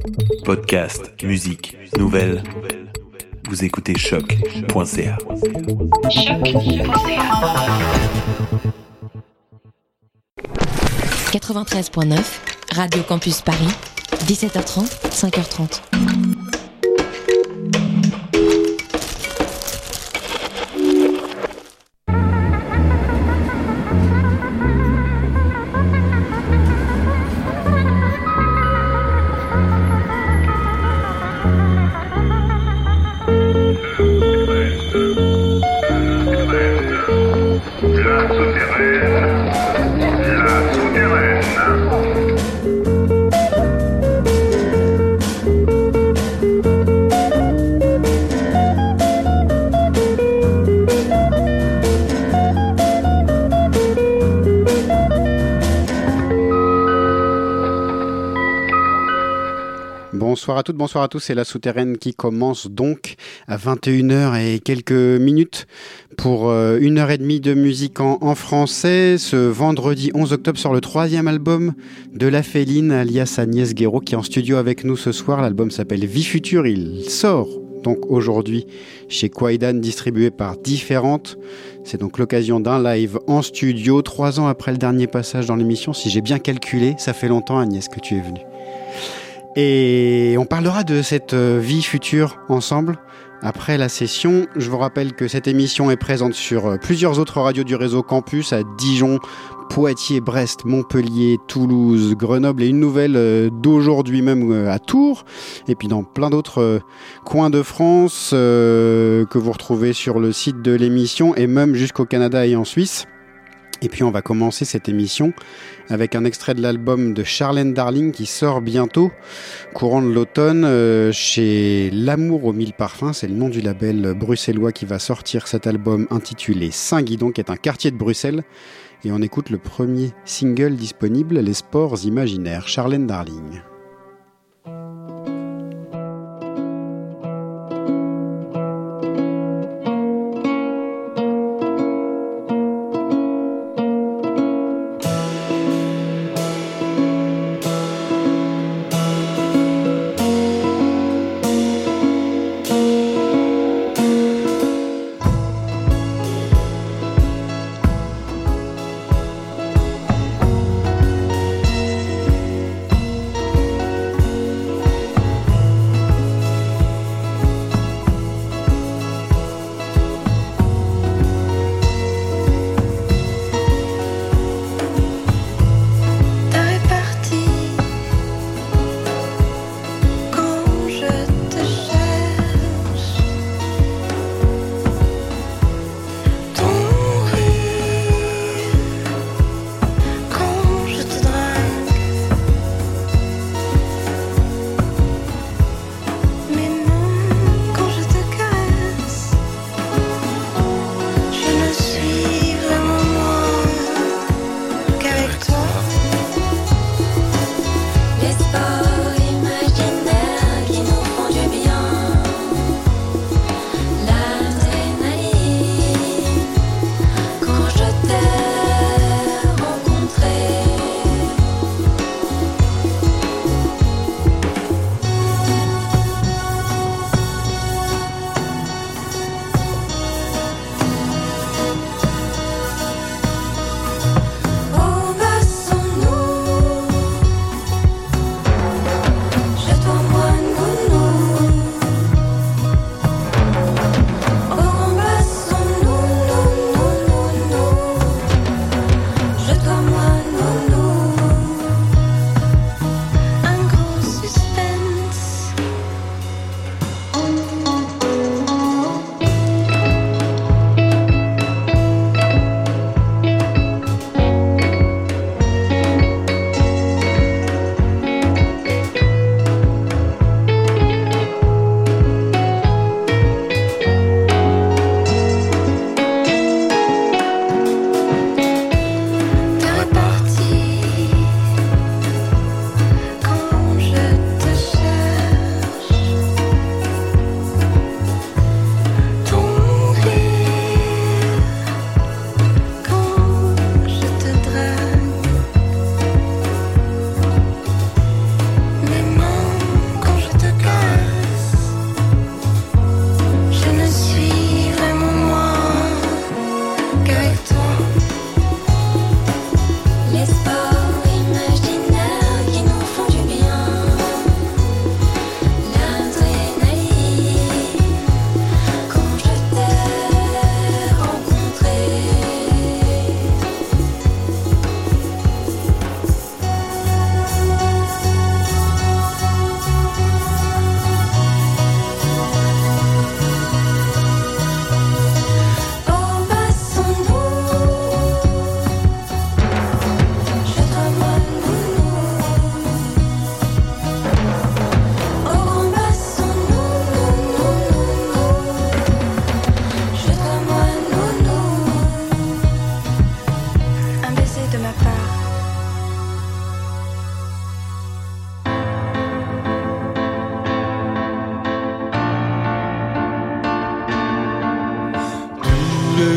Podcast, musique, nouvelles. Vous écoutez choc.ca. Choc.ca 93.9, Radio Campus Paris, 17h30, 5h30. Bonsoir à toutes, bonsoir à tous, c'est La Souterraine qui commence donc à 21h et quelques minutes pour 1h30 de musique en français. Ce vendredi 11 octobre sort le 3e album de La Féline, alias Agnès Guéraud, qui est en studio avec nous ce soir. L'album s'appelle Vie Future, il sort donc aujourd'hui chez Quaidan, distribué par Différentes. C'est donc l'occasion d'un live en studio, 3 ans après le dernier passage dans l'émission. Si j'ai bien calculé, ça fait longtemps Agnès que tu es venue. Et on parlera de cette vie future ensemble après la session. Je vous rappelle que cette émission est présente sur plusieurs autres radios du réseau Campus à Dijon, Poitiers, Brest, Montpellier, Toulouse, Grenoble et une nouvelle d'aujourd'hui même à Tours. Et puis dans plein d'autres coins de France que vous retrouvez sur le site de l'émission et même jusqu'au Canada et en Suisse. Et puis on va commencer cette émission avec un extrait de l'album de Charlène Darling qui sort bientôt, courant de l'automne, chez L'Amour aux 1000 parfums. C'est le nom du label bruxellois qui va sortir cet album intitulé Saint-Guidon, qui est un quartier de Bruxelles. Et on écoute le premier single disponible, Les Sports Imaginaires, Charlène Darling.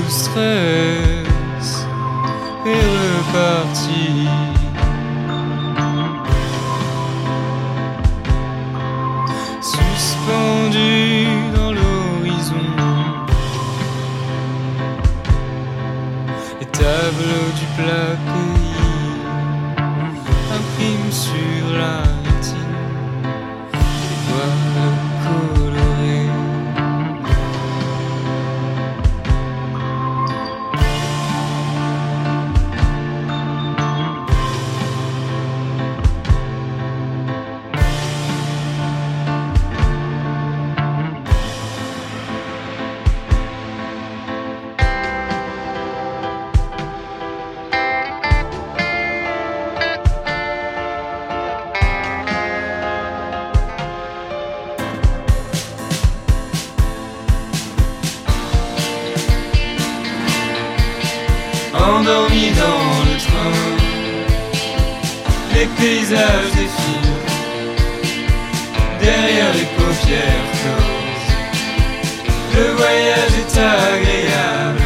tout stress est reparti. Suspendu dans l'horizon, les tableaux du plat pays impriment sur la rétine les voiles colorées. Endormi dans le train, les paysages défilent derrière les paupières closes. Le voyage est agréable.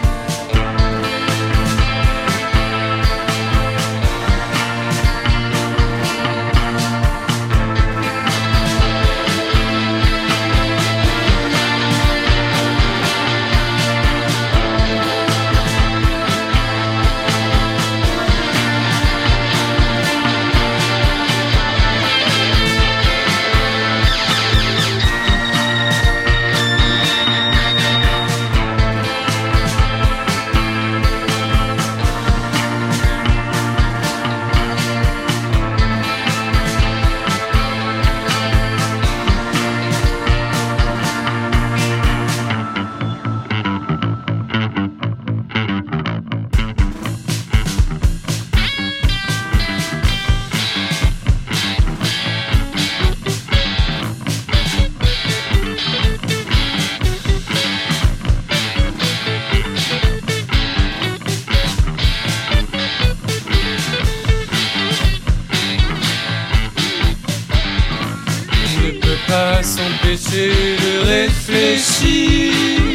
Pas s'empêcher de réfléchir.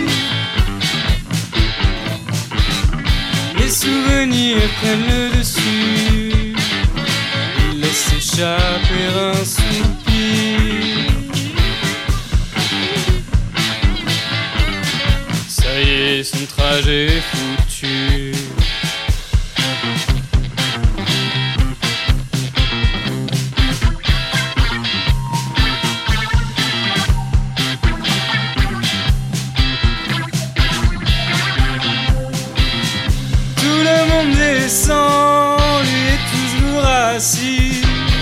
Les souvenirs prennent le dessus. Il laisse échapper un soupir. Ça y est, son trajet est foutu. Descend, lui est toujours assis.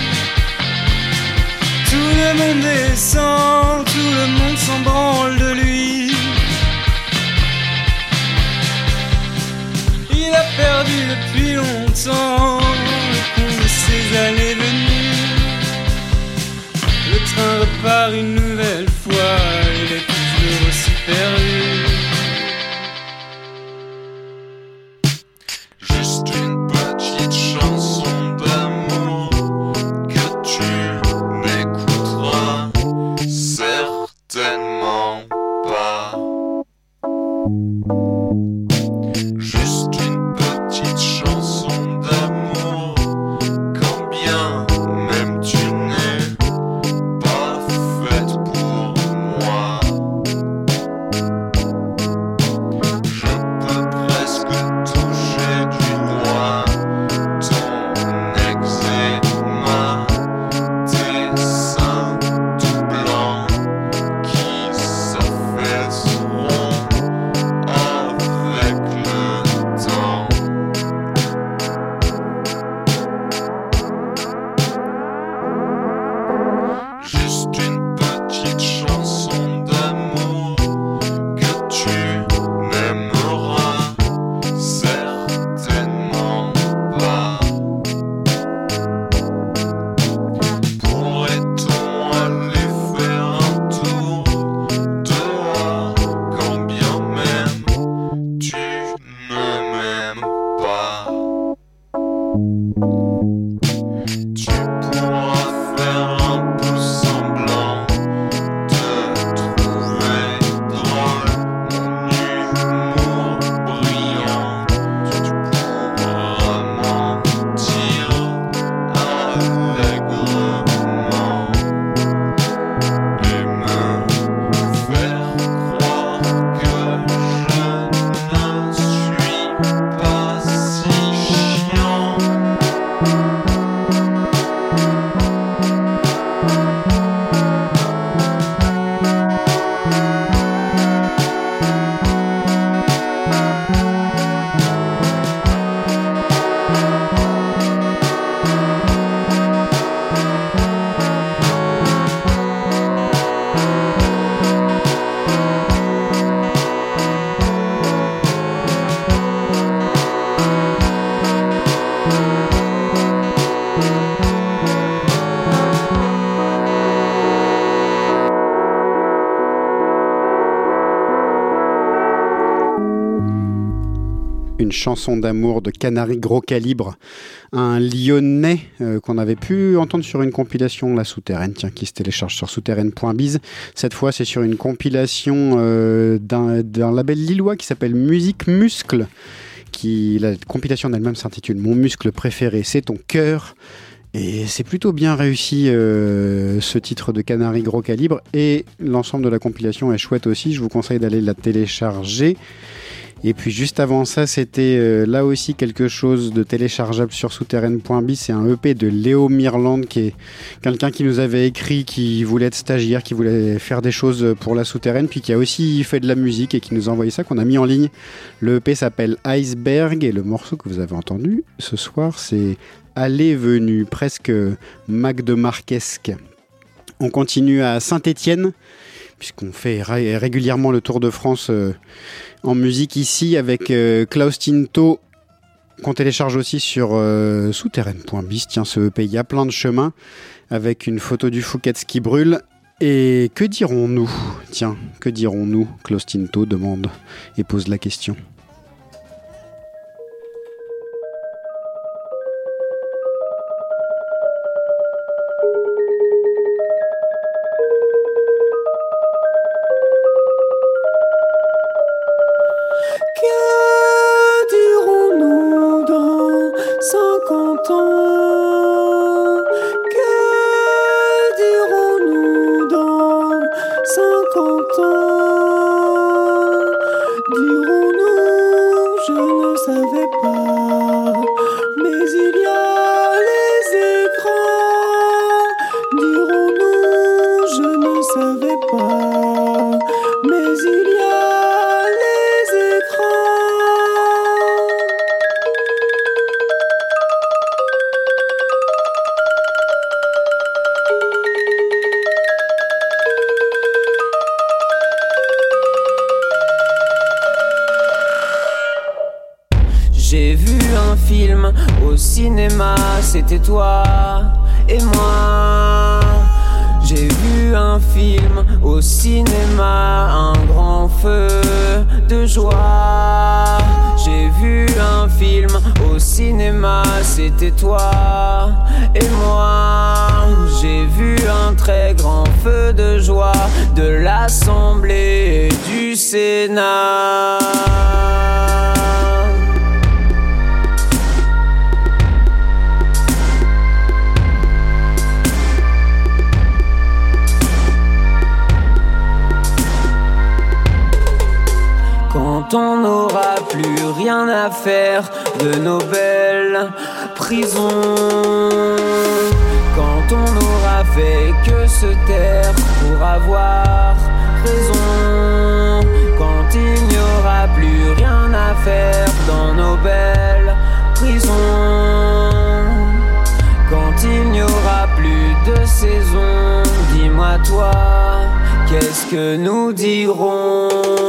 Tout le monde descend, tout le monde s'en branle de lui. Il a perdu depuis longtemps le compte de ses années venues. Le train repart une nouvelle fois, il est toujours aussi perdu. chanson d'amour de Canary Gros Calibre, un Lyonnais qu'on avait pu entendre sur une compilation La Souterraine, tiens, qui se télécharge sur souterraine.biz. Cette fois, c'est sur une compilation d'un label lillois qui s'appelle Musique Muscle. La compilation en elle-même s'intitule Mon muscle préféré, c'est ton cœur. Et c'est plutôt bien réussi ce titre de Canary Gros Calibre, et l'ensemble de la compilation est chouette aussi, je vous conseille d'aller la télécharger. Et puis juste avant ça, c'était là aussi quelque chose de téléchargeable sur souterraine.biz. C'est un EP de Léo Mirland, qui est quelqu'un qui nous avait écrit, qui voulait être stagiaire, qui voulait faire des choses pour la Souterraine, puis qui a aussi fait de la musique et qui nous a envoyé ça, qu'on a mis en ligne. Le EP s'appelle Iceberg, et le morceau que vous avez entendu ce soir, c'est Aller-Venue, presque Mac de Marquesque. On continue à Saint-Étienne, puisqu'on fait régulièrement le Tour de France en musique ici, avec Klaus Tinto, qu'on télécharge aussi sur souterraine.biz. Tiens, ce EP, il y a plein de chemins, avec une photo du Fouquet's qui brûle. Et que dirons-nous ? Tiens, que dirons-nous ? Klaus Tinto demande et pose la question. C'était toi et moi. J'ai vu un film au cinéma, un grand feu de joie. J'ai vu un film au cinéma, c'était toi et moi. J'ai vu un très grand feu de joie de l'Assemblée et du Sénat. Quand on n'aura plus rien à faire de nos belles prisons, quand on n'aura fait que se taire pour avoir raison, quand il n'y aura plus rien à faire dans nos belles prisons, quand il n'y aura plus de saison, dis-moi toi, qu'est-ce que nous dirons?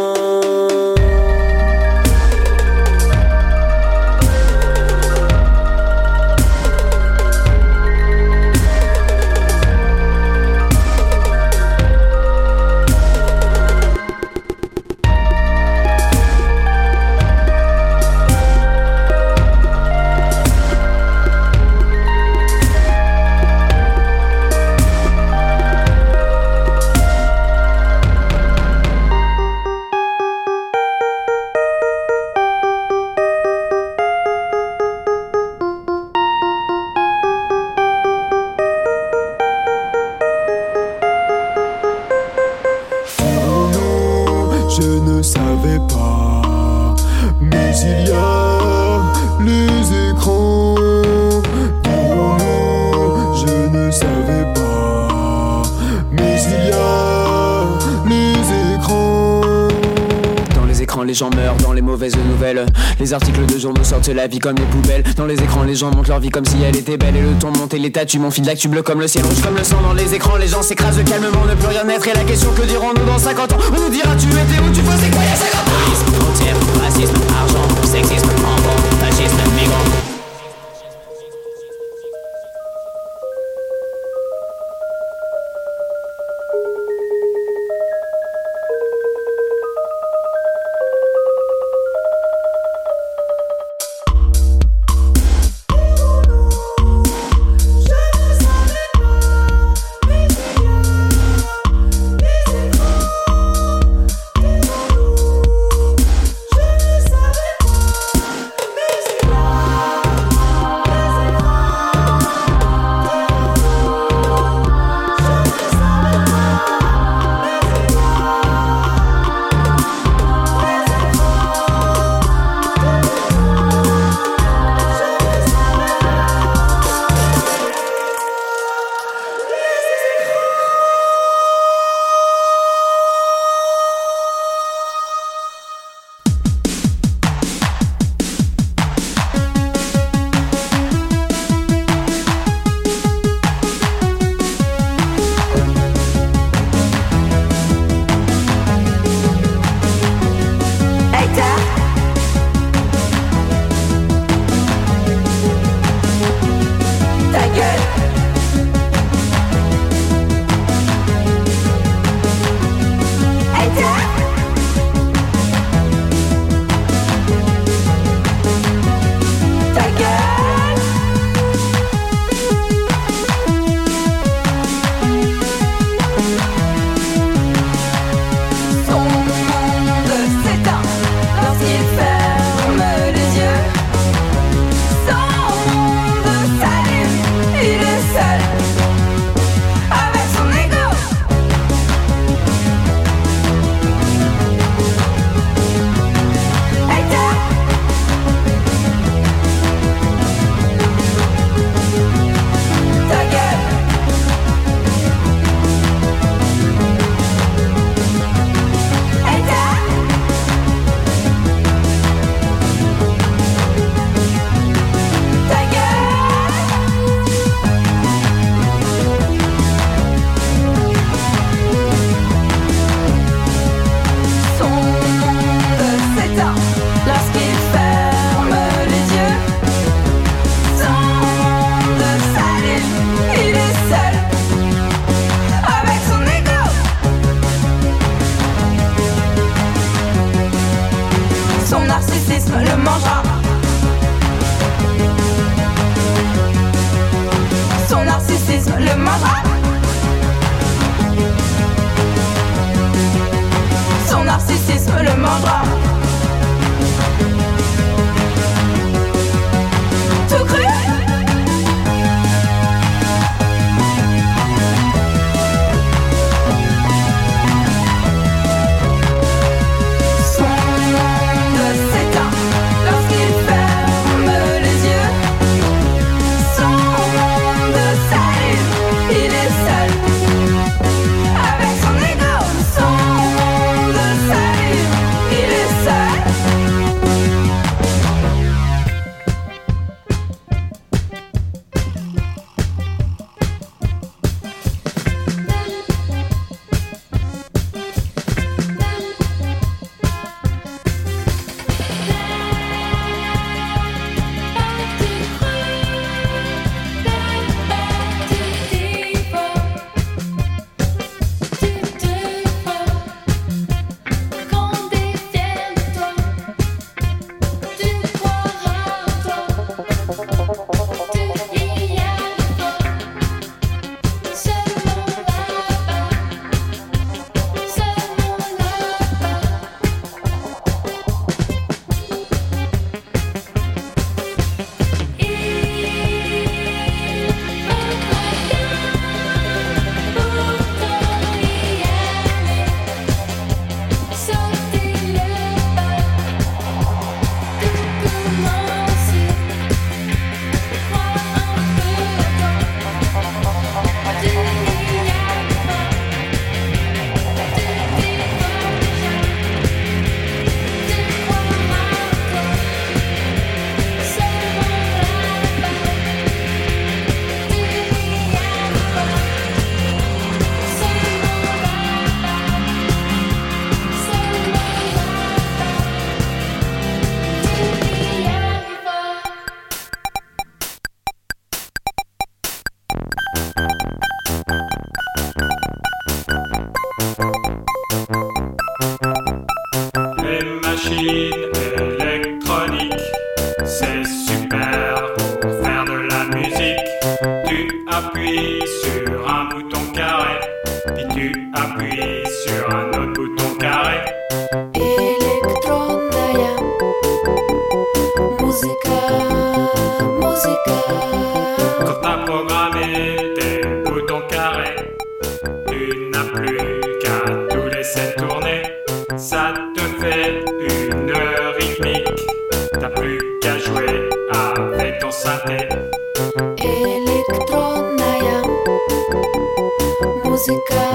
Les gens meurent dans les mauvaises nouvelles. Les articles de journaux sortent la vie comme des poubelles. Dans les écrans, les gens montrent leur vie comme si elle était belle. Et le ton monte et les tatues, mon fil d'actu bleu comme le ciel, rouge comme le sang. Dans les écrans, les gens s'écrasent calmement, ne plus rien être. Et la question, que dirons-nous dans 50 ans? On nous dira tu étais où tu faisais quoi il y a 50 ans? Police, frontières, racisme, argent, sexisme, enfant, fascisme, migrants.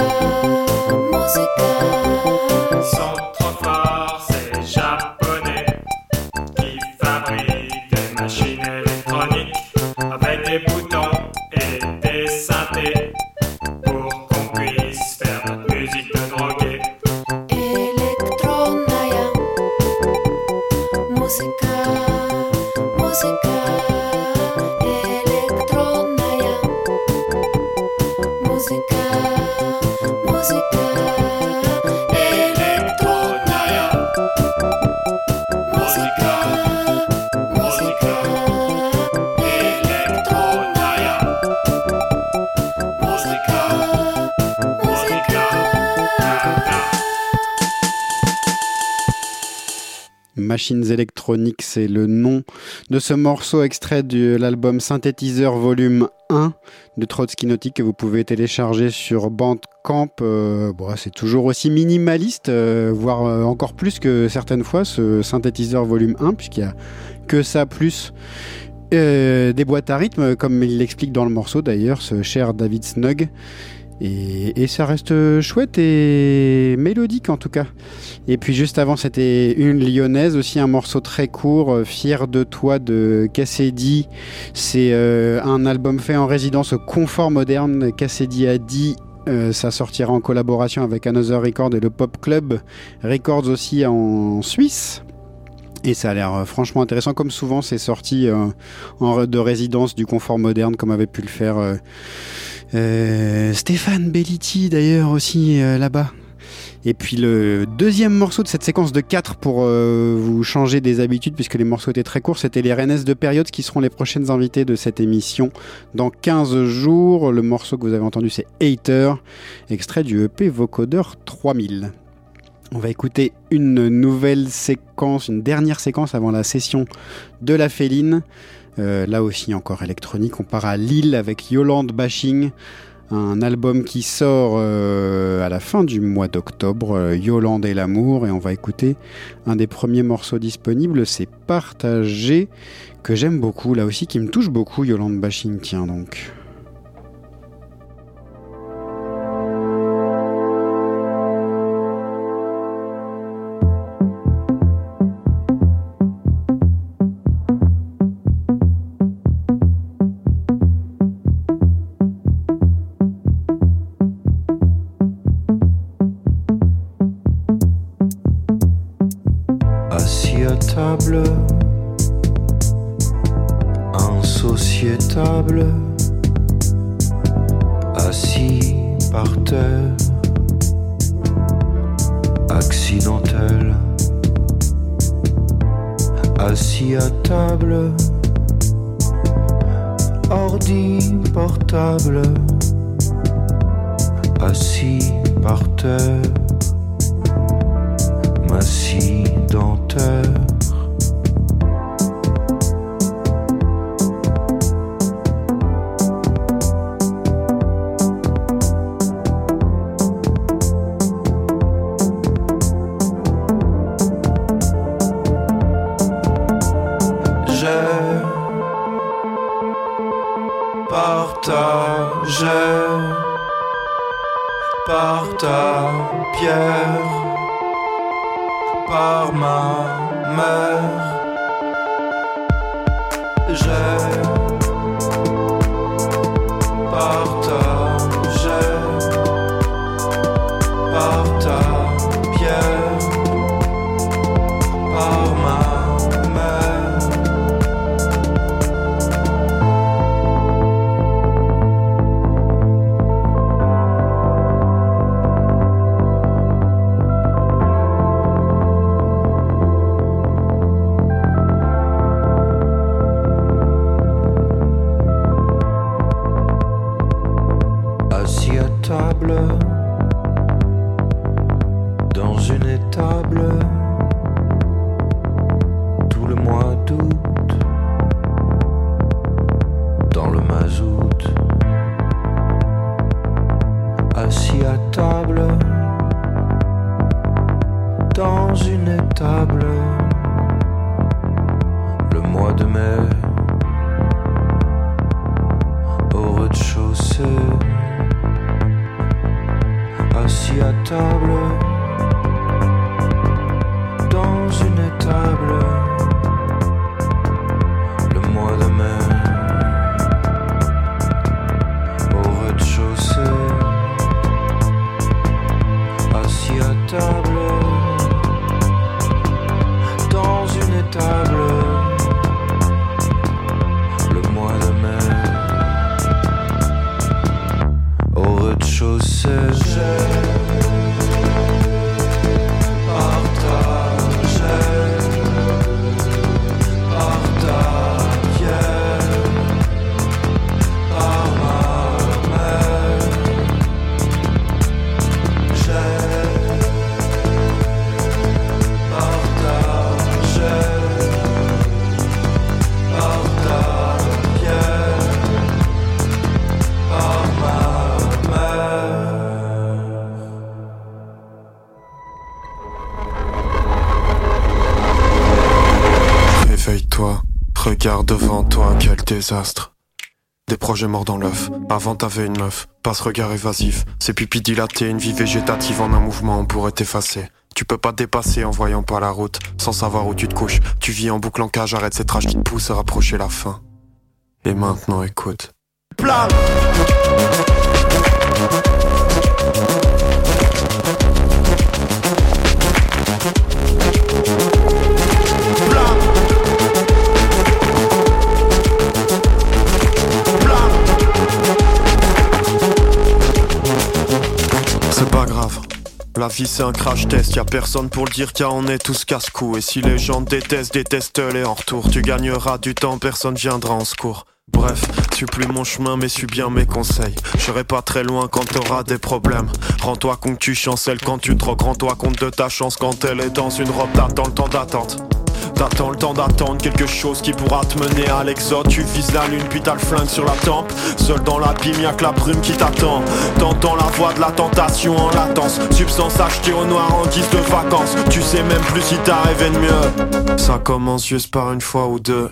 Sont trop forts ces japonais qui fabriquent des machines électroniques avec des boutons et des synthés pour qu'on puisse faire notre musique de drogués. Elektronaya muzyka, muzyka, elektronaya muzyka, muzyka, elektronaya muzyka, muzyka, elektronaya muzyka, muzyka. Machines électroniques, c'est le nom de ce morceau extrait de l'album Synthétiseur volume 1 de Trotsky Nautique que vous pouvez télécharger sur Bandcamp. C'est toujours aussi minimaliste, voire encore plus que certaines fois, ce Synthétiseur volume 1, puisqu'il n'y a que ça plus des boîtes à rythme, comme il l'explique dans le morceau d'ailleurs, ce cher David Snug. Et ça reste chouette et mélodique en tout cas. Et puis juste avant, c'était une lyonnaise, aussi un morceau très court, Fier de toi de Cassedi. C'est un album fait en résidence au Confort Moderne. Cassedi a dit ça sortira en collaboration avec Another Record et le Pop Club Records aussi en Suisse. Et ça a l'air franchement intéressant, comme souvent c'est sorti de résidence du Confort Moderne, comme avait pu le faire Stéphane Belliti d'ailleurs aussi là-bas. Et puis le deuxième morceau de cette séquence de 4 pour vous changer des habitudes, puisque les morceaux étaient très courts, c'était les Rennes de Période qui seront les prochaines invités de cette émission dans 15 jours. Le morceau que vous avez entendu, c'est Hater, extrait du EP Vocodeur 3000. On va écouter une nouvelle séquence, une dernière séquence avant la session de la Féline. Là aussi encore électronique. On part à Lille avec Yolande Bashing, un album qui sort à la fin du mois d'octobre, Yolande et l'amour. Et on va écouter un des premiers morceaux disponibles, c'est Partagé, que j'aime beaucoup, là aussi qui me touche beaucoup, Yolande Bashing, tiens donc. Insociétable, assis par terre, accidentel, assis à table, ordi portable, assis par terre, massif dentaire. Par ta pierre, par ma mère, j'ai partagé, par ta pierre, par ma mère. Dans une étable, tout le mois d'août, dans le mazout, assis à table, dans une étable, le mois de mai, au rez-de-chaussée. assis à table, dans une étable, le mois de mai, au rez-de-chaussée, assis à table, dans une étable, le mois de mai, au rez-de-chaussée. Réveille-toi, regarde devant toi, quel désastre. Des projets morts dans l'œuf, avant t'avais une meuf, pas ce regard évasif, ses pupilles dilatées, une vie végétative en un mouvement, on pourrait t'effacer. Tu peux pas te dépasser en voyant pas la route, sans savoir où tu te couches. Tu vis en boucle en cage, arrête cette rage qui te pousse à rapprocher la fin. Et maintenant écoute. Plan. C'est pas grave, la vie c'est un crash test, y'a personne pour le dire car on est tous casse-cou. Et si les gens déteste-les en retour, tu gagneras du temps, personne viendra en secours. Bref, suis plus mon chemin mais suis bien mes conseils. Je serai pas très loin quand t'auras des problèmes. Rends-toi compte que tu chancelles quand tu drogues. Rends-toi compte de ta chance quand elle est dans une robe. T'attends le temps d'attente. T'attends le temps d'attendre quelque chose qui pourra te mener à l'exode. Tu vises la lune puis t'as le flingue sur la tempe. Seul dans l'abîme y'a que la brume qui t'attend. T'entends la voix de la tentation en latence. Substance achetée au noir en guise de vacances. Tu sais même plus si t'as rêvé de mieux. Ça commence juste par une fois ou deux.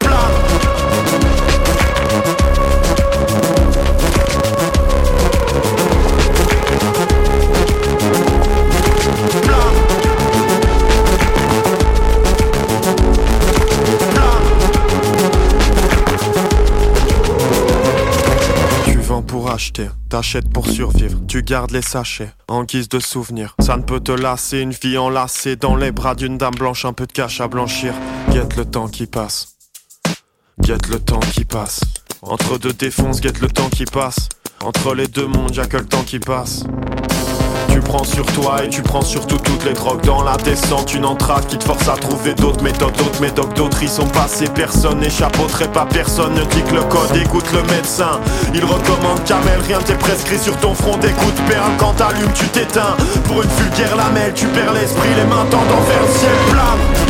Pour acheter, t'achètes pour survivre, tu gardes les sachets en guise de souvenir. Ça ne peut te lasser, une vie enlacée dans les bras d'une dame blanche, un peu de cash à blanchir. Guette le temps qui passe, guette le temps qui passe. Entre deux défonces, guette le temps qui passe. Entre les deux mondes, y'a que le temps qui passe. Tu prends sur toi et tu prends surtout toutes les drogues. Dans la descente, une entrave qui te force à trouver d'autres méthodes. D'autres médocs, d'autres y sont passés. Personne n'échappe au trépas, personne ne clique le code. Écoute le médecin, il recommande Camel. Rien t'est prescrit sur ton front d'écoute. Perle, quand t'allumes, tu t'éteins. Pour une vulgaire lamelle, tu perds l'esprit. Les mains tendant vers le ciel plat.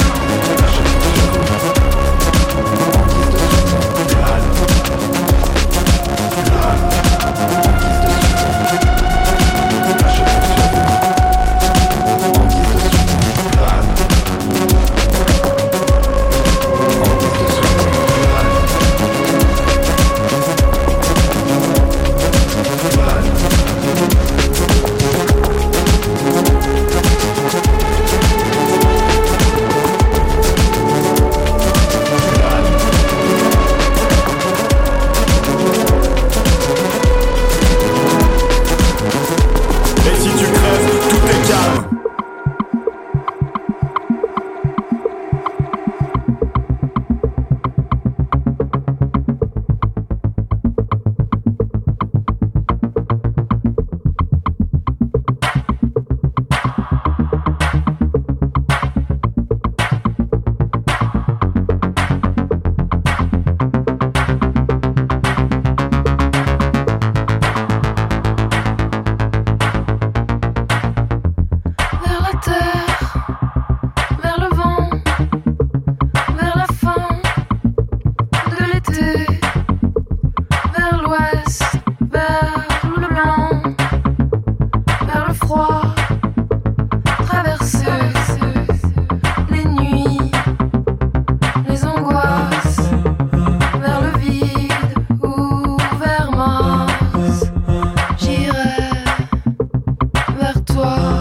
toi,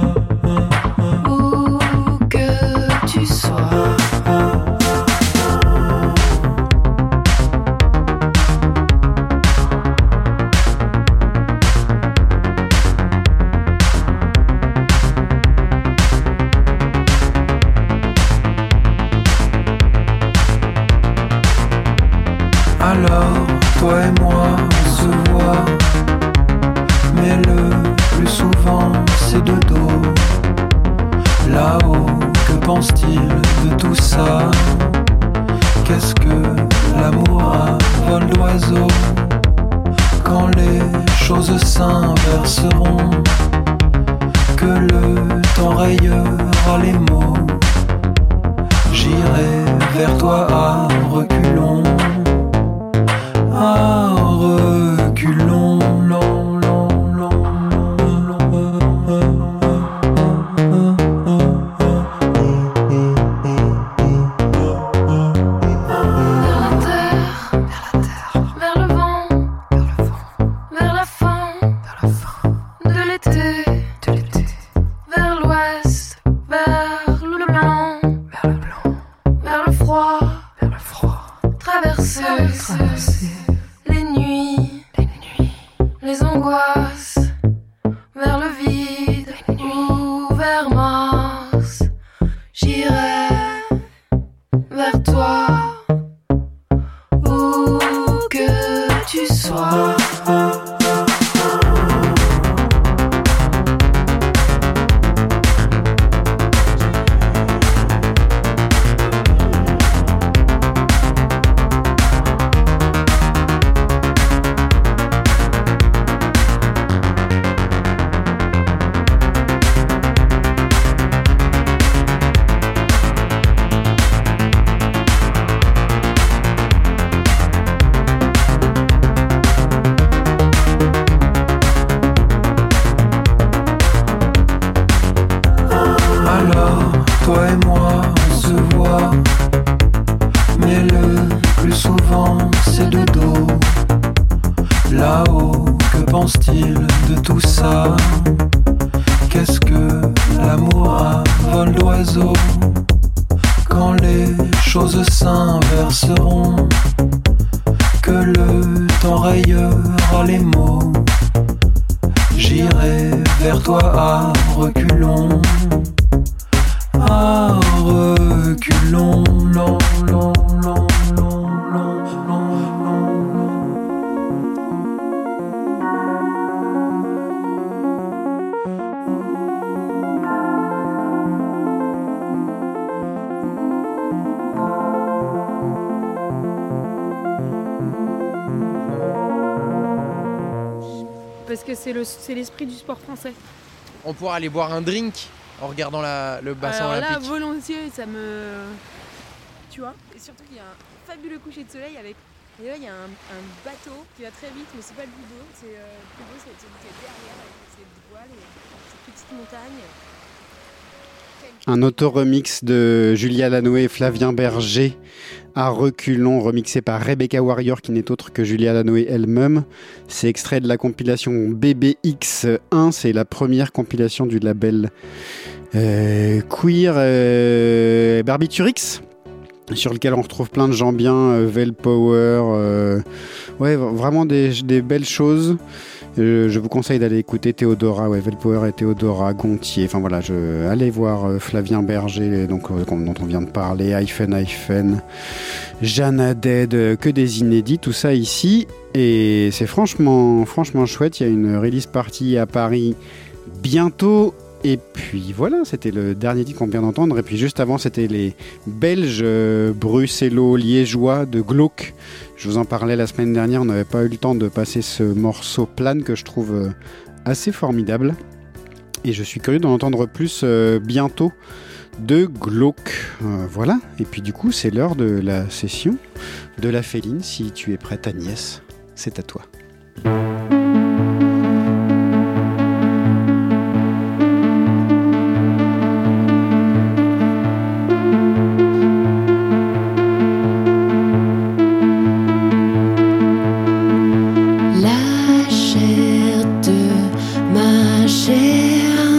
où que tu sois. Alors, toi et moi, on se voit, mais le plus souvent, c'est de dos. Là-haut, que pense-t-il de tout ça? Qu'est-ce que l'amour a vol d'oiseau? Quand les choses s'inverseront, que le temps rayera les mots, j'irai vers toi à reculons. À reculons, long, long, long, Vers la terre, vers le vent, vers la fin de l'été, vers l'ouest, vers le blanc, vers le froid, traverser les nuits, les angoisses, vers le vide ou vers Mars. J'irai vers toi, où que tu sois. Alors, toi et moi, on se voit, mais le plus souvent, c'est de dos. Là-haut, que pense-t-il de tout ça? Qu'est-ce que l'amour a vol d'oiseau? Quand les choses s'inverseront, que le temps rayera les mots, j'irai vers toi à reculons. À reculons, long, long, long, long, long, long, long. Parce que c'est l'esprit du sport français. On pourra aller boire un drink en regardant le bassin Alors olympique. là, volontiers, ça me... Tu vois. Et surtout qu'il y a un fabuleux coucher de soleil avec... Et là, il y a un bateau qui va très vite, mais c'est pas le plus beau. C'est le plus beau, c'est celui qui est derrière, avec ses voiles et ces petites montagnes. Un auto-remix de Julia Lanoé et Flavien Berger à reculons, remixé par Rebecca Warrior, qui n'est autre que Julia Lanoé elle-même. C'est extrait de la compilation BBX1, c'est la première compilation du label queer Barbiturix, sur lequel on retrouve plein de gens bien, Velpower, ouais, vraiment des belles choses. Je vous conseille d'aller écouter Théodora, Velpower et Théodora Gontier. Enfin voilà, allez voir Flavien Berger, donc, dont on vient de parler, Hyphen, Jana Dead, que des inédits, tout ça ici. Et c'est franchement chouette. Il y a une release party à Paris bientôt. Et puis voilà, c'était le dernier titre qu'on vient d'entendre. Et puis juste avant, c'était les Belges bruxello-liégeois de Glauque. Je vous en parlais la semaine dernière, on n'avait pas eu le temps de passer ce morceau Plane que je trouve assez formidable. Et je suis curieux d'en entendre plus bientôt de Glauque. Voilà, et puis du coup, c'est l'heure de la session de la Féline. Si tu es prête, Agnès, c'est à toi. La chair de ma chair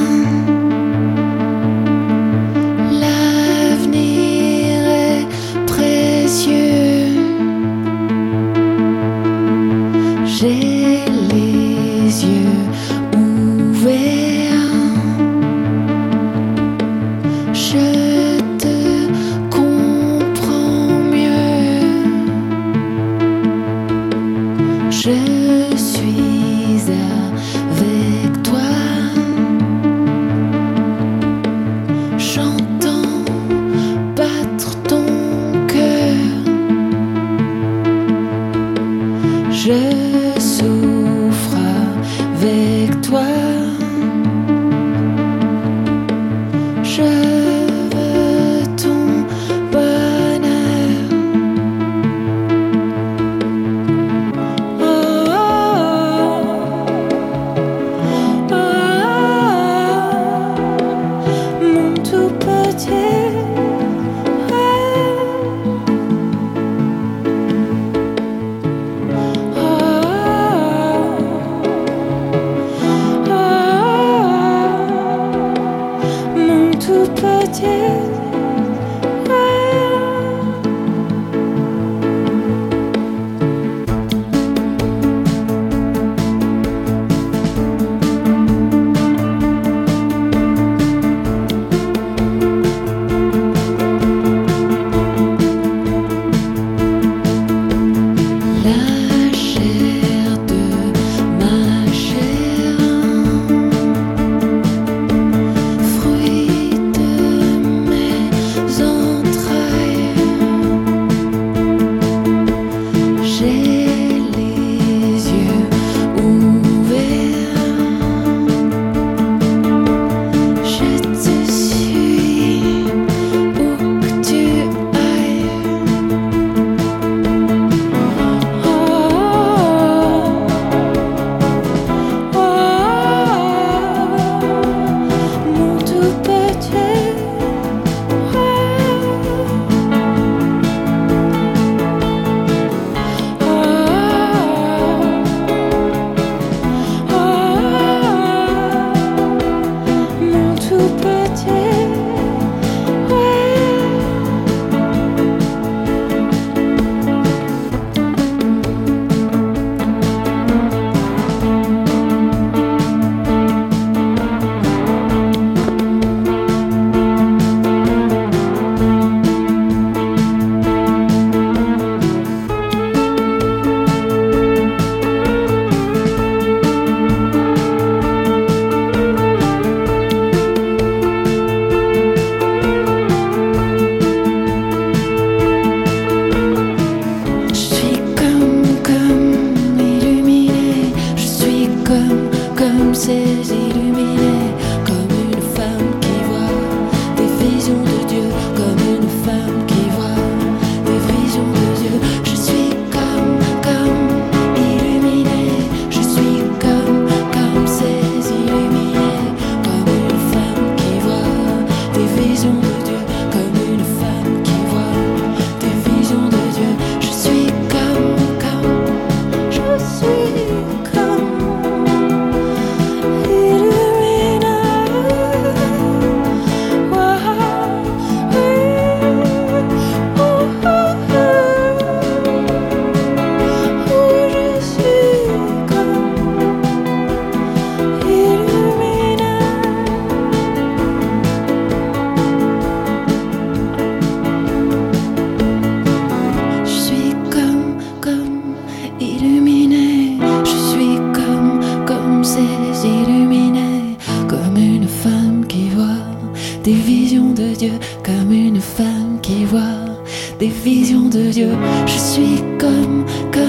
des visions de Dieu. Je suis comme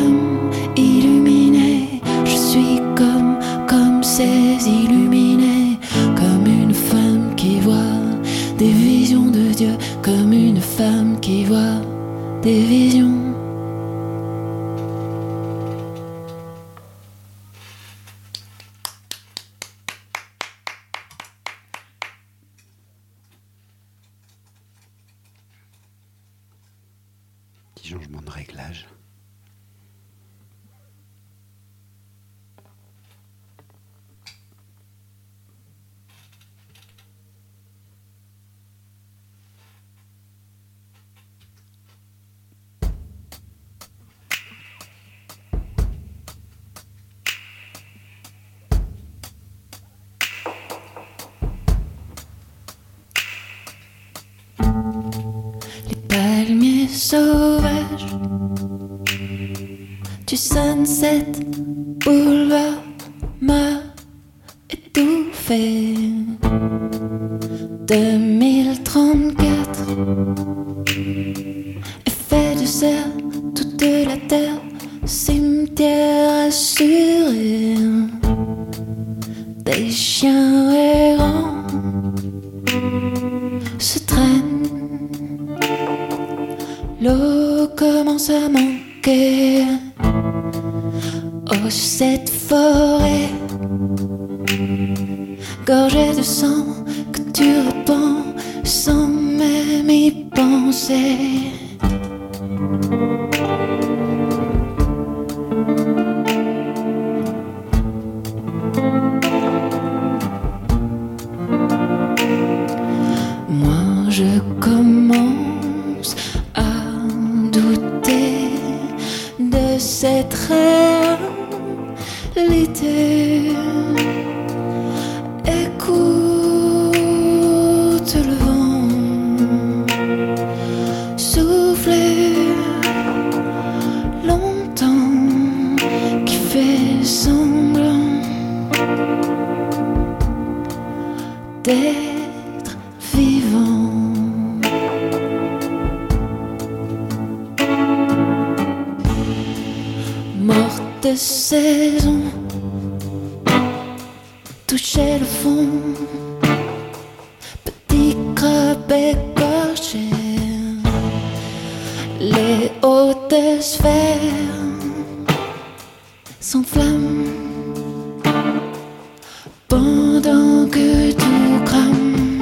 illuminé. Je suis comme ces illuminés, comme une femme qui voit des visions de Dieu, comme une femme qui voit des visions. Petit changement de réglage. Palmiers sauvages du Sunset Boulevard m'a étouffé. 2034 effet de serre, toute la terre, cimetière assuré. Des chiens errants se traînent. L'eau commence à manquer. Oh, cette forêt gorgée de sang que tu répands sans même y penser. Moi je commence à douter de cette réalité. Écoute le vent souffler longtemps, qui fait semblant d'être vivant. Morte saison, toucher le fond, petit crabe écorché, les hautes sphères s'enflamment pendant que tout crame.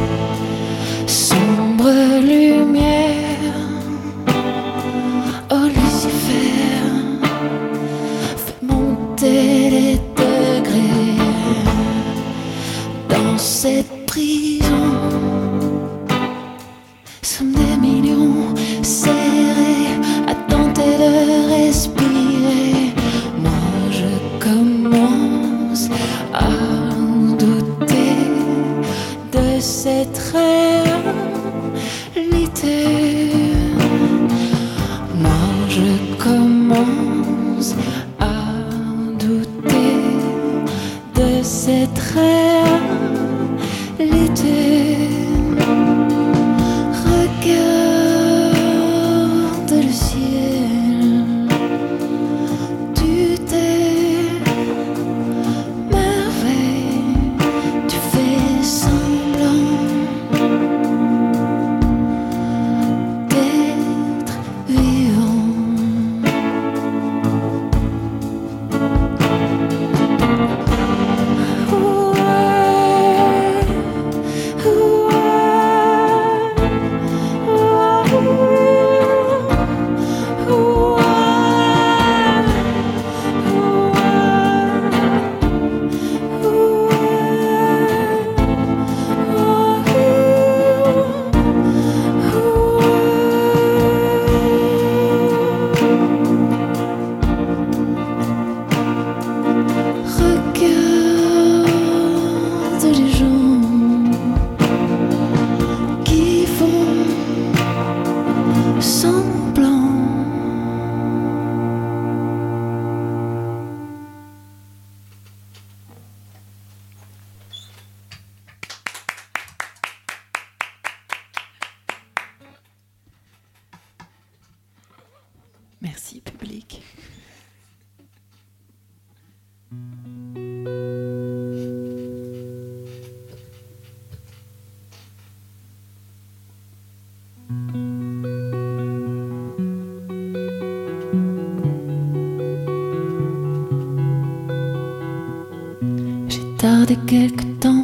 Sombre lumière, oh Lucifer, fait monter les degrés dans cette prison. Sommes des millions serrés à tenter de respirer. Moi je commence à douter de cette réalité. Moi je commence à douter de cette réalité. Regarde le ciel, tu t'émerveilles, tu fais semblant d'être vivant. Regarde les gens qui font semblant. Merci public. J'ai tardé quelque temps,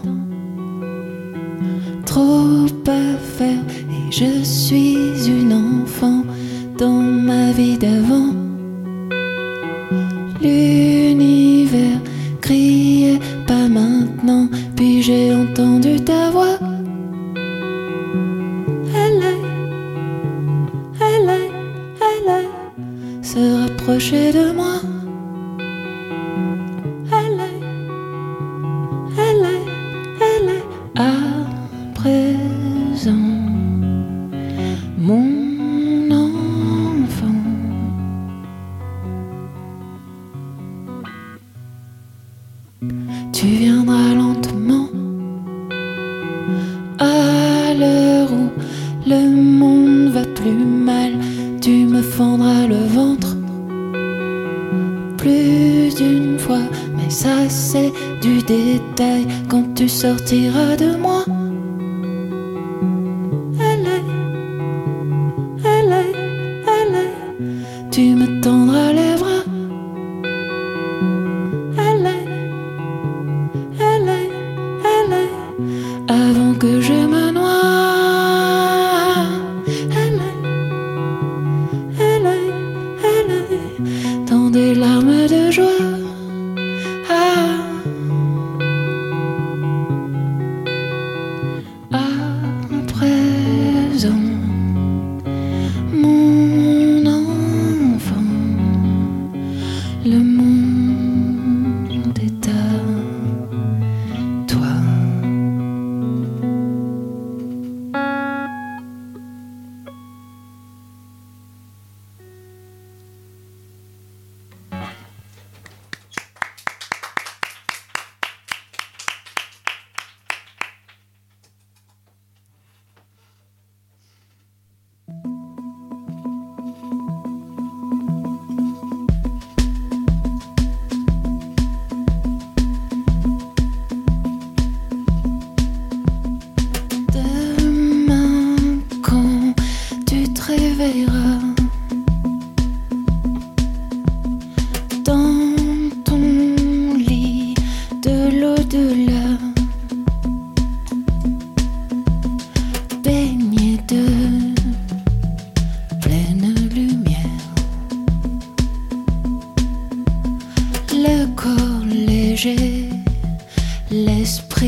trop à faire, et je suis une enfant dans ma vie d'avant. L'univers criait pas maintenant, puis j'ai entendu ta voix. Elle se rapprocher de moi. Elle est à présent mon enfant. Tu viendras lentement à l'heure où le monde va plus mal. Tu me fendras le ventre plus d'une fois, mais ça c'est du détail quand tu sortiras de moi. Elle est, tu me tendras les bras. Elle est, avant que je me noie. Elle est, dans des larmes de joie.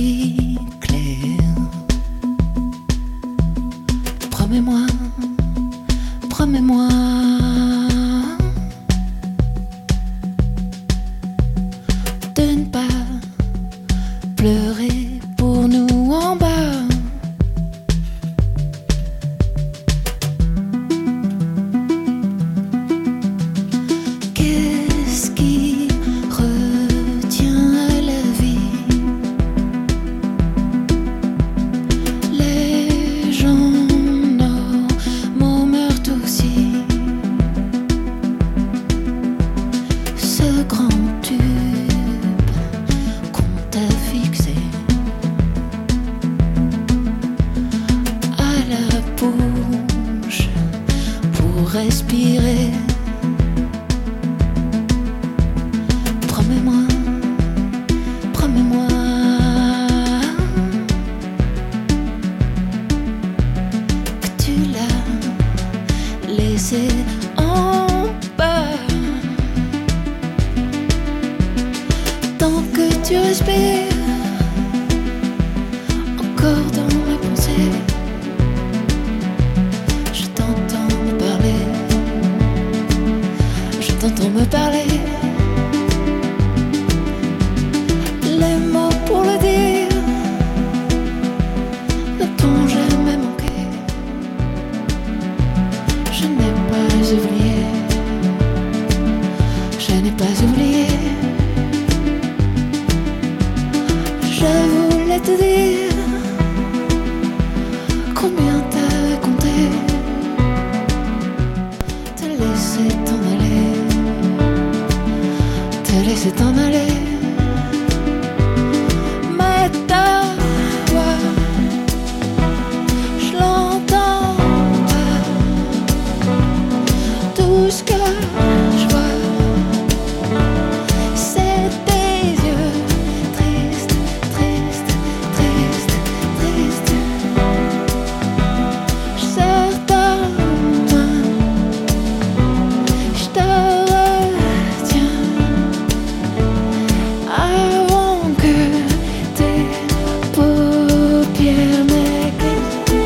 nuit claire. Promets-moi, promets-moi de ne pas pleurer pour nous en bas. Qu'est-ce qui retient à la vie les gens normaux meurent aussi. Ce grand tube qu'on t'a fixé à la bouche pour respirer. Promets-moi, promets-moi que tu l'as laissé en bas. Tant que tu respires encore dans mes pensées, je t'entends me parler, je t'entends me parler. Les mots pour le dire ne t'ont jamais manqué. Je n'ai pas oublié, je n'ai pas oublié. Je voulais te dire combien t'avais compté, te laisser t'en aller, te laisser t'en aller. Mais ta voix, je l'entends pas. Tout ce que je vois, c'est tes yeux tristes, tristes, tristes, tristes. Je serre ta main, je te retiens avant que tes paupières m'éclairent.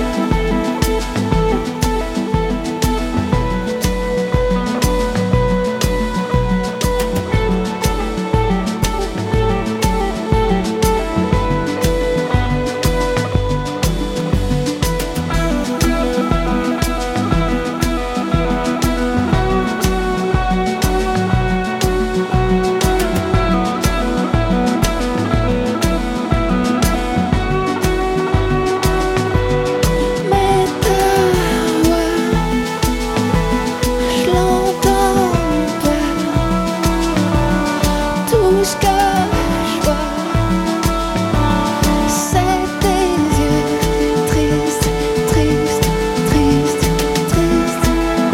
Mais ta voix, je l'entends pas. Tout ce que je vois, c'est tes yeux tristes, tristes, tristes, tristes.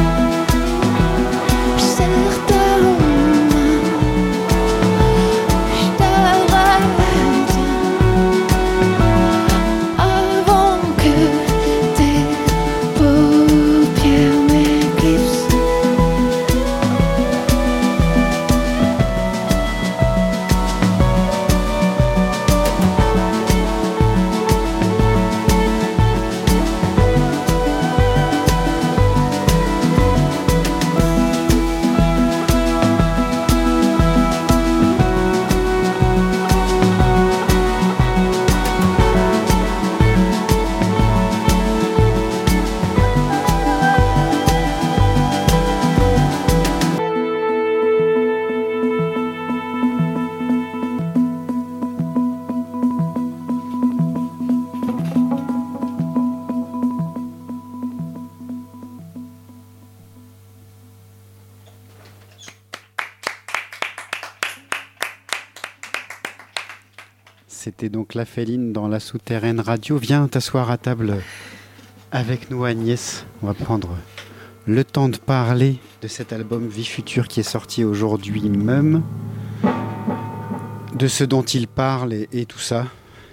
Je serre ta main, je te retiens avant que tes paupières m'éclipsent. C'était donc La Féline dans La Souterraine Radio. Viens t'asseoir à table avec nous, Agnès. On va prendre le temps de parler de cet album Vie Future qui est sorti aujourd'hui même, de ce dont il parle et tout ça.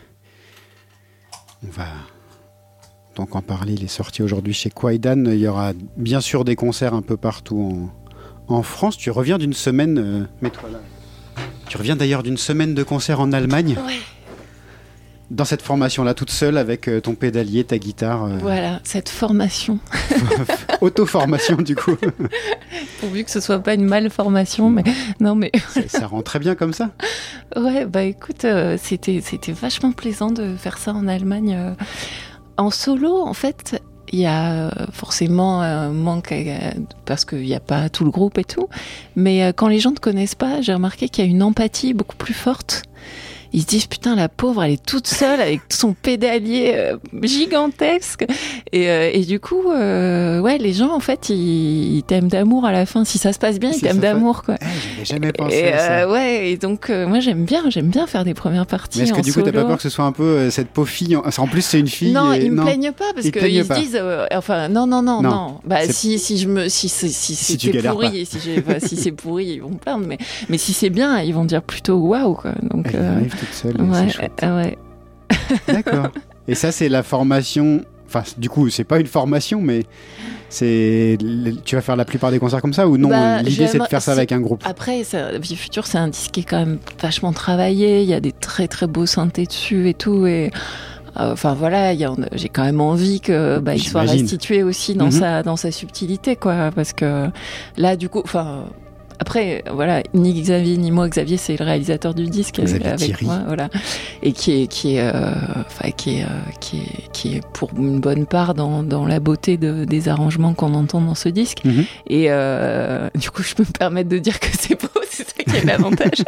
On va donc en parler. Il est sorti aujourd'hui chez Kwaidan. Il y aura bien sûr des concerts un peu partout en France. Tu reviens d'une semaine, mets-toi là. Tu reviens d'ailleurs d'une semaine de concerts en Allemagne. Ouais. dans cette formation-là, toute seule, avec ton pédalier, ta guitare. Voilà, cette formation. Auto-formation, du coup. Pourvu que ce soit pas une malformation, mais non, mais ça rend très bien comme ça. Ouais, bah écoute, c'était vachement plaisant de faire ça en Allemagne. En solo, en fait, il y a forcément un manque parce qu'il n'y a pas tout le groupe et tout. Mais quand les gens ne te connaissent pas, j'ai remarqué qu'il y a une empathie beaucoup plus forte. Ils se disent putain, la pauvre, elle est toute seule avec son pédalier gigantesque. Et du coup, ouais, les gens en fait, ils t'aiment d'amour à la fin. Si ça se passe bien, ils t'aiment d'amour, quoi. J'avais jamais pensé à ça. Ouais, et donc moi j'aime bien faire des premières parties. Mais est-ce que du coup solo. t'as pas peur que ce soit un peu cette pauvre fille En plus c'est une fille. Non, ils me plaignent pas parce qu'ils se disent, enfin non. Bah si c'est pourri, si c'est pourri, ils vont me plaindre. Mais si c'est bien, ils vont dire plutôt waouh, quoi. Donc. Elle arrive toute seule. Ouais, c'est chouette. Ouais. D'accord. Et ça c'est la formation. Enfin, du coup, c'est pas une formation, mais tu vas faire la plupart des concerts comme ça ou non? L'idée, c'est de faire ça avec un groupe. Après, Vie Future, c'est un disque qui est quand même vachement travaillé. Il y a des très très beaux synthés dessus et tout. Et enfin voilà, j'ai quand même envie que il soit restitué aussi dans sa subtilité, quoi. Parce que là, du coup, enfin. Après, voilà, ni Xavier ni moi, Xavier, c'est le réalisateur du disque avec Thierry. moi, voilà, et qui est pour une bonne part dans la beauté des arrangements qu'on entend dans ce disque. Et du coup, je peux me permettre de dire que c'est beau, c'est ça qui est l'avantage.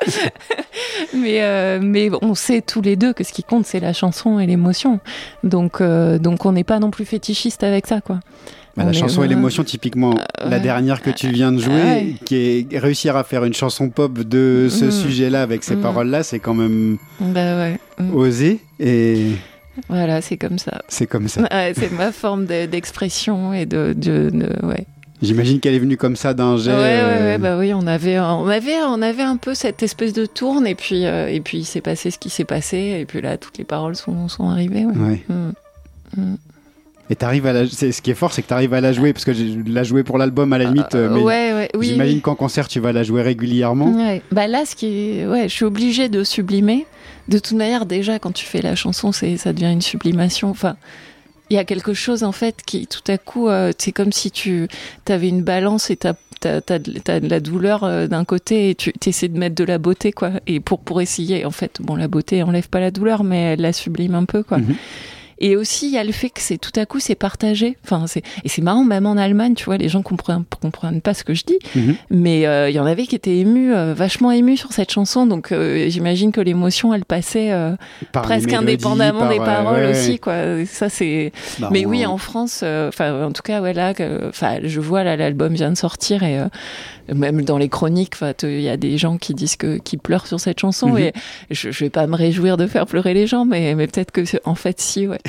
mais on sait tous les deux que ce qui compte, c'est la chanson et l'émotion. Donc on n'est pas non plus fétichiste avec ça, quoi. La chanson et l'émotion, typiquement, la dernière que tu viens de jouer, qui est réussir à faire une chanson pop de ce sujet-là avec ces paroles-là, c'est quand même osé. Et voilà, c'est comme ça. C'est comme ça. Ouais, c'est ma forme d'expression et de ouais. J'imagine qu'elle est venue comme ça d'un jet. Ouais, bah oui, on avait un peu cette espèce de tourne et puis il s'est passé ce qui s'est passé et puis là toutes les paroles sont arrivées. Ouais. Et t'arrives ce qui est fort, c'est que t'arrives à la jouer, parce que je la jouer pour l'album à la limite, mais j'imagine qu'en concert tu vas la jouer régulièrement. Ouais. Bah là, je suis obligée de sublimer. De toute manière, déjà quand tu fais la chanson, ça devient une sublimation. Enfin, il y a quelque chose en fait qui, tout à coup, c'est comme si tu avais une balance et t'as de la douleur d'un côté et tu essaies de mettre de la beauté, quoi. Et pour essayer, en fait, bon, la beauté enlève pas la douleur, mais elle la sublime un peu, quoi. Et aussi, il y a le fait que tout à coup, c'est partagé. Enfin, et c'est marrant, même en Allemagne, tu vois, les gens comprennent pas ce que je dis. Mais il y en avait qui étaient vachement émus sur cette chanson. Donc, j'imagine que l'émotion, elle passait presque indépendamment des paroles aussi, quoi. Ça, c'est. Mais oui, en France, en tout cas, ouais, là, je vois là, l'album vient de sortir et même dans les chroniques, il y a des gens qui disent qui pleurent sur cette chanson. Et je vais pas me réjouir de faire pleurer les gens, mais peut-être que en fait, si, ouais.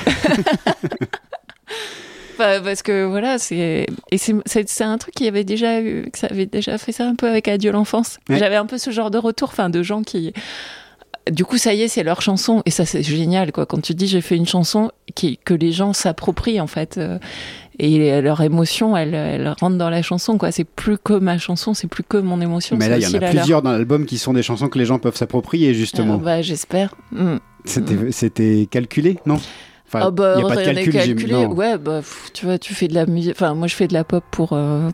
Parce que voilà, c'est un truc qui avait déjà eu, que ça avait déjà fait ça un peu avec Adieu l'enfance. J'avais un peu ce genre de retour, de gens qui, du coup, ça y est, c'est leur chanson, et ça c'est génial, quoi. Quand tu dis j'ai fait une chanson que les gens s'approprient, en fait, et leur émotion, elle rentre dans la chanson, quoi. C'est plus que ma chanson, c'est plus que mon émotion. Mais là, il y en a plusieurs dans l'album qui sont des chansons que les gens peuvent s'approprier, justement. J'espère. C'était calculé, non? Il n'y a pas de calcul. Ouais, tu vois, tu fais de la musique. Enfin, moi, je fais de la pop pour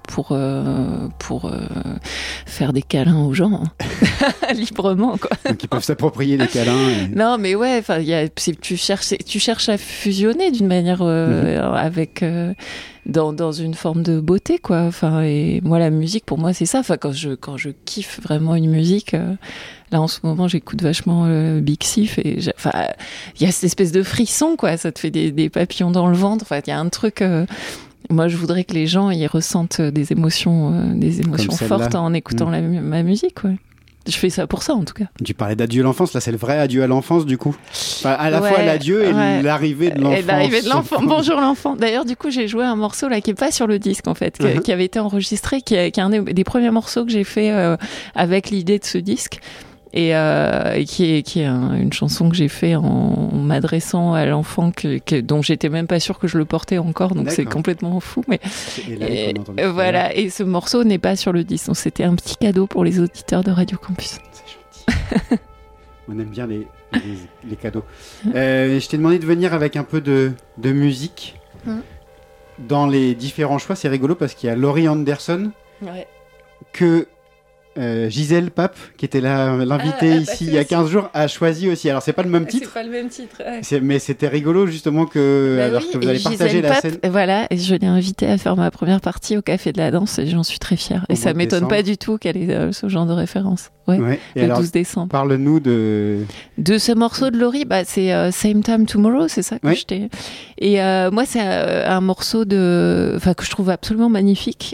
faire des câlins aux gens, librement, quoi. Donc, ils peuvent s'approprier les câlins. Non, mais ouais, tu cherches à fusionner d'une manière avec dans une forme de beauté, quoi. Enfin, et moi, la musique, pour moi, c'est ça. Enfin, quand je kiffe vraiment une musique. Là, en ce moment, j'écoute vachement Big Sif et il y a cette espèce de frisson, quoi. Ça te fait des papillons dans le ventre. Enfin, il y a un truc. Moi, je voudrais que les gens ils ressentent des émotions fortes en écoutant ma musique, ouais. Je fais ça pour ça, en tout cas. Tu parlais d'adieu à l'enfance, là c'est le vrai adieu à l'enfance, du coup. Enfin, à la fois l'adieu et l'arrivée de l'enfance. Et l'arrivée de l'enfant. Bonjour l'enfant. D'ailleurs, du coup, j'ai joué un morceau là qui est pas sur le disque, en fait, qui avait été enregistré, qui est un des premiers morceaux que j'ai fait avec l'idée de ce disque. Et qui est une chanson que j'ai fait en m'adressant à l'enfant dont j'étais même pas sûre que je le portais encore, donc c'est complètement fou. Mais voilà, et ce morceau n'est pas sur le disque, donc c'était un petit cadeau pour les auditeurs de Radio Campus. C'est gentil. On aime bien les cadeaux. Je t'ai demandé de venir avec un peu de musique. Dans les différents choix, c'est rigolo parce qu'il y a Laurie Anderson, que Gisèle Pape, qui était l'invitée ici il y a 15 jours, a choisi aussi. Alors, c'est pas le même titre. C'est pas le même titre. Mais c'était rigolo, justement, que vous allez partager la scène. Voilà, et je l'ai invitée à faire ma première partie au Café de la Danse, et j'en suis très fière. Et ça m'étonne pas du tout qu'elle ait ce genre de référence. Et le alors, 12 décembre. Parle-nous de ce morceau de Laurie. C'est Same Time Tomorrow, c'est ça que je t'ai. Et moi, c'est un morceau que je trouve absolument magnifique.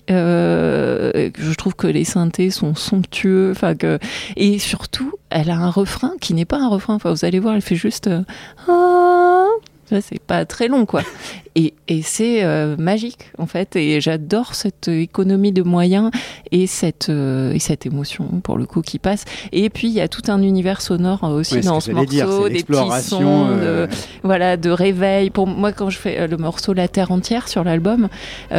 Je trouve que les synthés sont somptueux. Et surtout, elle a un refrain qui n'est pas un refrain. Vous allez voir, elle fait juste. C'est pas très long, quoi. Et c'est magique, en fait. Et j'adore cette économie de moyens et cette émotion, pour le coup, qui passe. Et puis, il y a tout un univers sonore aussi dans ce morceau, des petits sons de réveil. Pour moi, quand je fais le morceau La Terre entière sur l'album,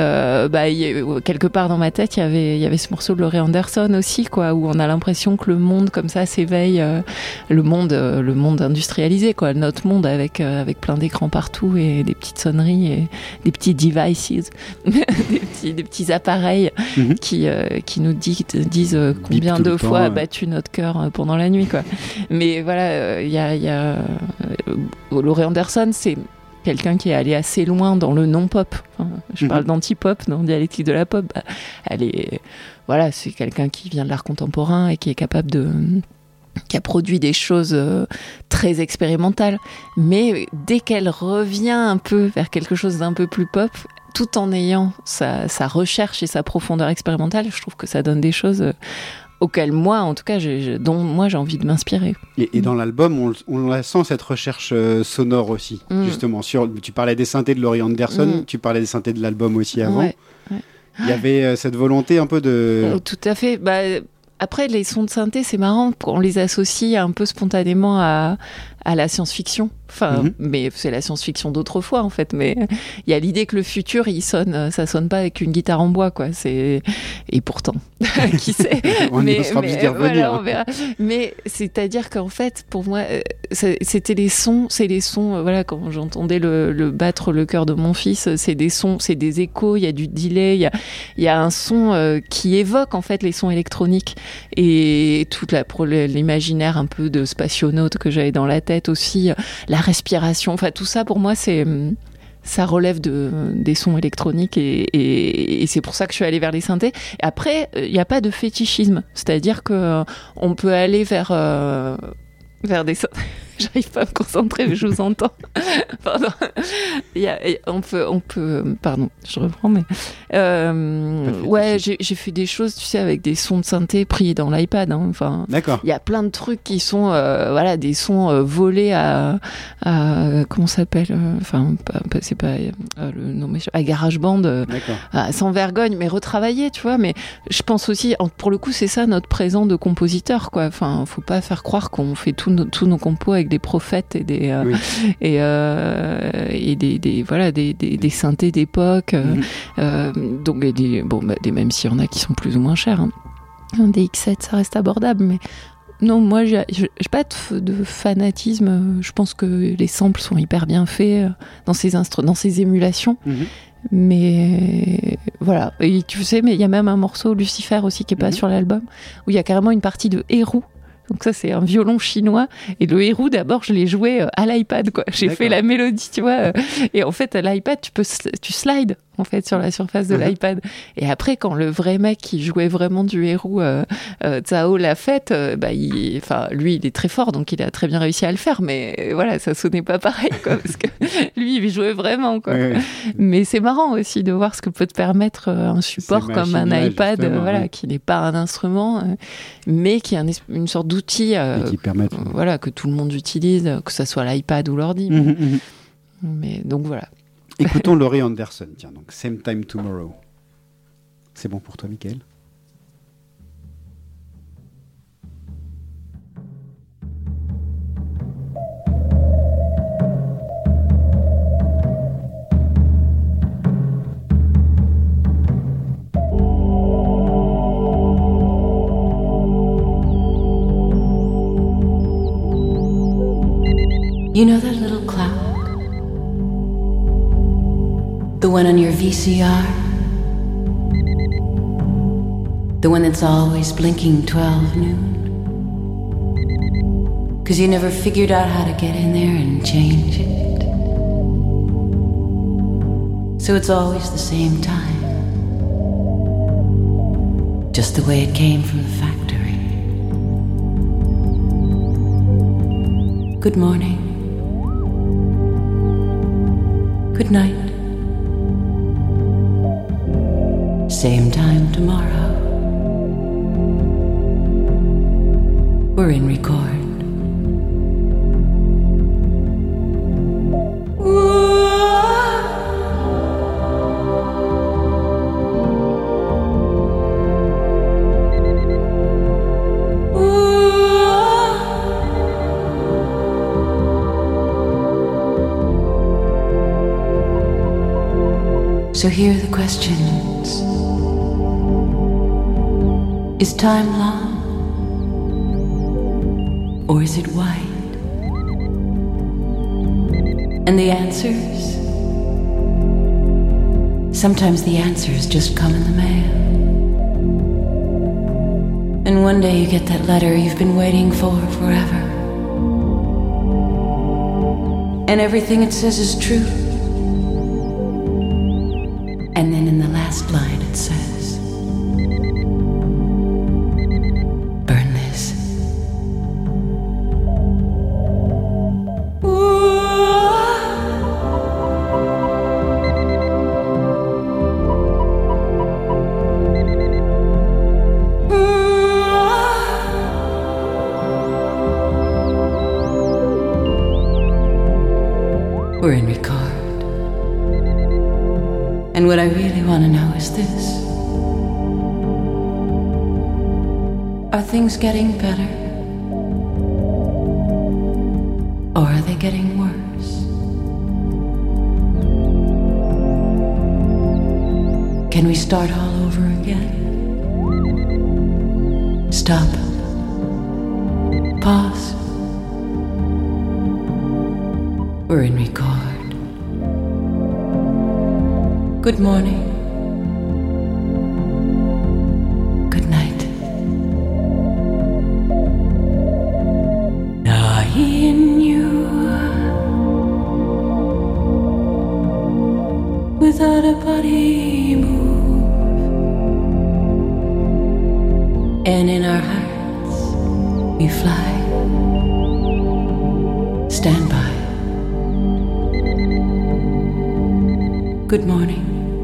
quelque part dans ma tête, il y avait ce morceau de Laurie Anderson aussi, quoi, où on a l'impression que le monde, comme ça, s'éveille. Le monde industrialisé, quoi. Notre monde avec plein d'écrans partout et des petites sonneries et des petits devices, des petits appareils qui nous disent combien de fois a battu notre cœur pendant la nuit, quoi. Mais voilà, il y a Laurie Anderson, c'est quelqu'un qui est allé assez loin dans le non-pop. Je parle d'anti-pop, dans Dialectique de la pop. C'est quelqu'un qui vient de l'art contemporain et qui est capable qui a produit des choses très expérimentales, mais dès qu'elle revient un peu vers quelque chose d'un peu plus pop, tout en ayant sa recherche et sa profondeur expérimentale, je trouve que ça donne des choses auxquelles moi, en tout cas, dont moi j'ai envie de m'inspirer. Et dans l'album, on la sent, cette recherche sonore aussi, justement. Tu parlais des synthés de Laurie Anderson, tu parlais des synthés de l'album aussi avant. Il y avait cette volonté un peu de... Tout à fait. Après, les sons de synthé, c'est marrant, on les associe un peu spontanément à la science-fiction. Mais c'est la science-fiction d'autrefois, en fait. Mais il y a l'idée que le futur, ça sonne pas avec une guitare en bois, quoi. Et pourtant, qui sait. On sera obligé d'y revenir. Voilà, on verra. Mais c'est-à-dire qu'en fait, pour moi, c'est les sons, voilà, quand j'entendais le battre le cœur de mon fils, c'est des sons, c'est des échos, il y a du delay, il y a un son qui évoque, en fait, les sons électroniques et toute l'imaginaire un peu de spationaute que j'avais dans la tête aussi, la respiration, tout ça pour moi ça relève des sons électroniques et c'est pour ça que je suis allée vers les synthés. Et après, il n'y a pas de fétichisme, c'est-à-dire que on peut aller vers des j'arrive pas à me concentrer mais je vous entends. Pardon. On peut pardon, je reprends mais j'ai fait des choses, tu sais, avec des sons de synthé pris dans l'iPad, D'accord. Il y a plein de trucs qui sont des sons volés à comment ça s'appelle c'est pas le nom, mais à GarageBand, sans vergogne, mais retravaillé, tu vois. Mais je pense aussi, pour le coup, c'est ça notre présent de compositeur, quoi. Faut pas faire croire qu'on fait tous nos compos avec des prophètes et des des synthés d'époque, donc même s'il y en a qui sont plus ou moins chers, un DX7 ça reste abordable, mais non, moi j'ai pas de fanatisme. Je pense que les samples sont hyper bien faits dans ces émulations. Mais voilà, et tu sais, mais il y a même un morceau Lucifer aussi qui est pas sur l'album, où il y a carrément une partie de héros. Donc ça, c'est un violon chinois. Et le héros, d'abord, je l'ai joué à l'iPad, quoi. J'ai fait la mélodie, tu vois. Et en fait, à l'iPad, tu slides, en fait, sur la surface de l'iPad. Et après, quand le vrai mec qui jouait vraiment du héros, Zhao l'a fait, lui, il est très fort, donc il a très bien réussi à le faire. Mais voilà, ça sonnait pas pareil, quoi. Parce que lui, il jouait vraiment, quoi. Mais c'est marrant aussi de voir ce que peut te permettre un support comme un iPad, qui n'est pas un instrument, mais qui est une sorte d'outil qui permettent, que tout le monde utilise, que ça soit l'iPad ou l'ordi. Mais donc voilà. Écoutons Laurie Anderson, tiens, donc Same Time Tomorrow. C'est bon pour toi, Mickaël ? You know that little clock? The one on your VCR? The one that's always blinking 12 noon? 'Cause you never figured out how to get in there and change it. So it's always the same time, just the way it came from the factory. Good morning. Good night. Same time tomorrow. We're in record. So here are the questions. Is time long? Or is it wide? And the answers? Sometimes the answers just come in the mail. And one day you get that letter you've been waiting for forever. And everything it says is true. And then in the last line it says, burn this. We're in record. And what I really want to know is this. Are things getting better? Or are they getting worse? Can we start all over again? Stop. Pause. We're in record. Good morning. Good night. Dying you without a body move, and in our hearts we fly. Stand by. Good morning.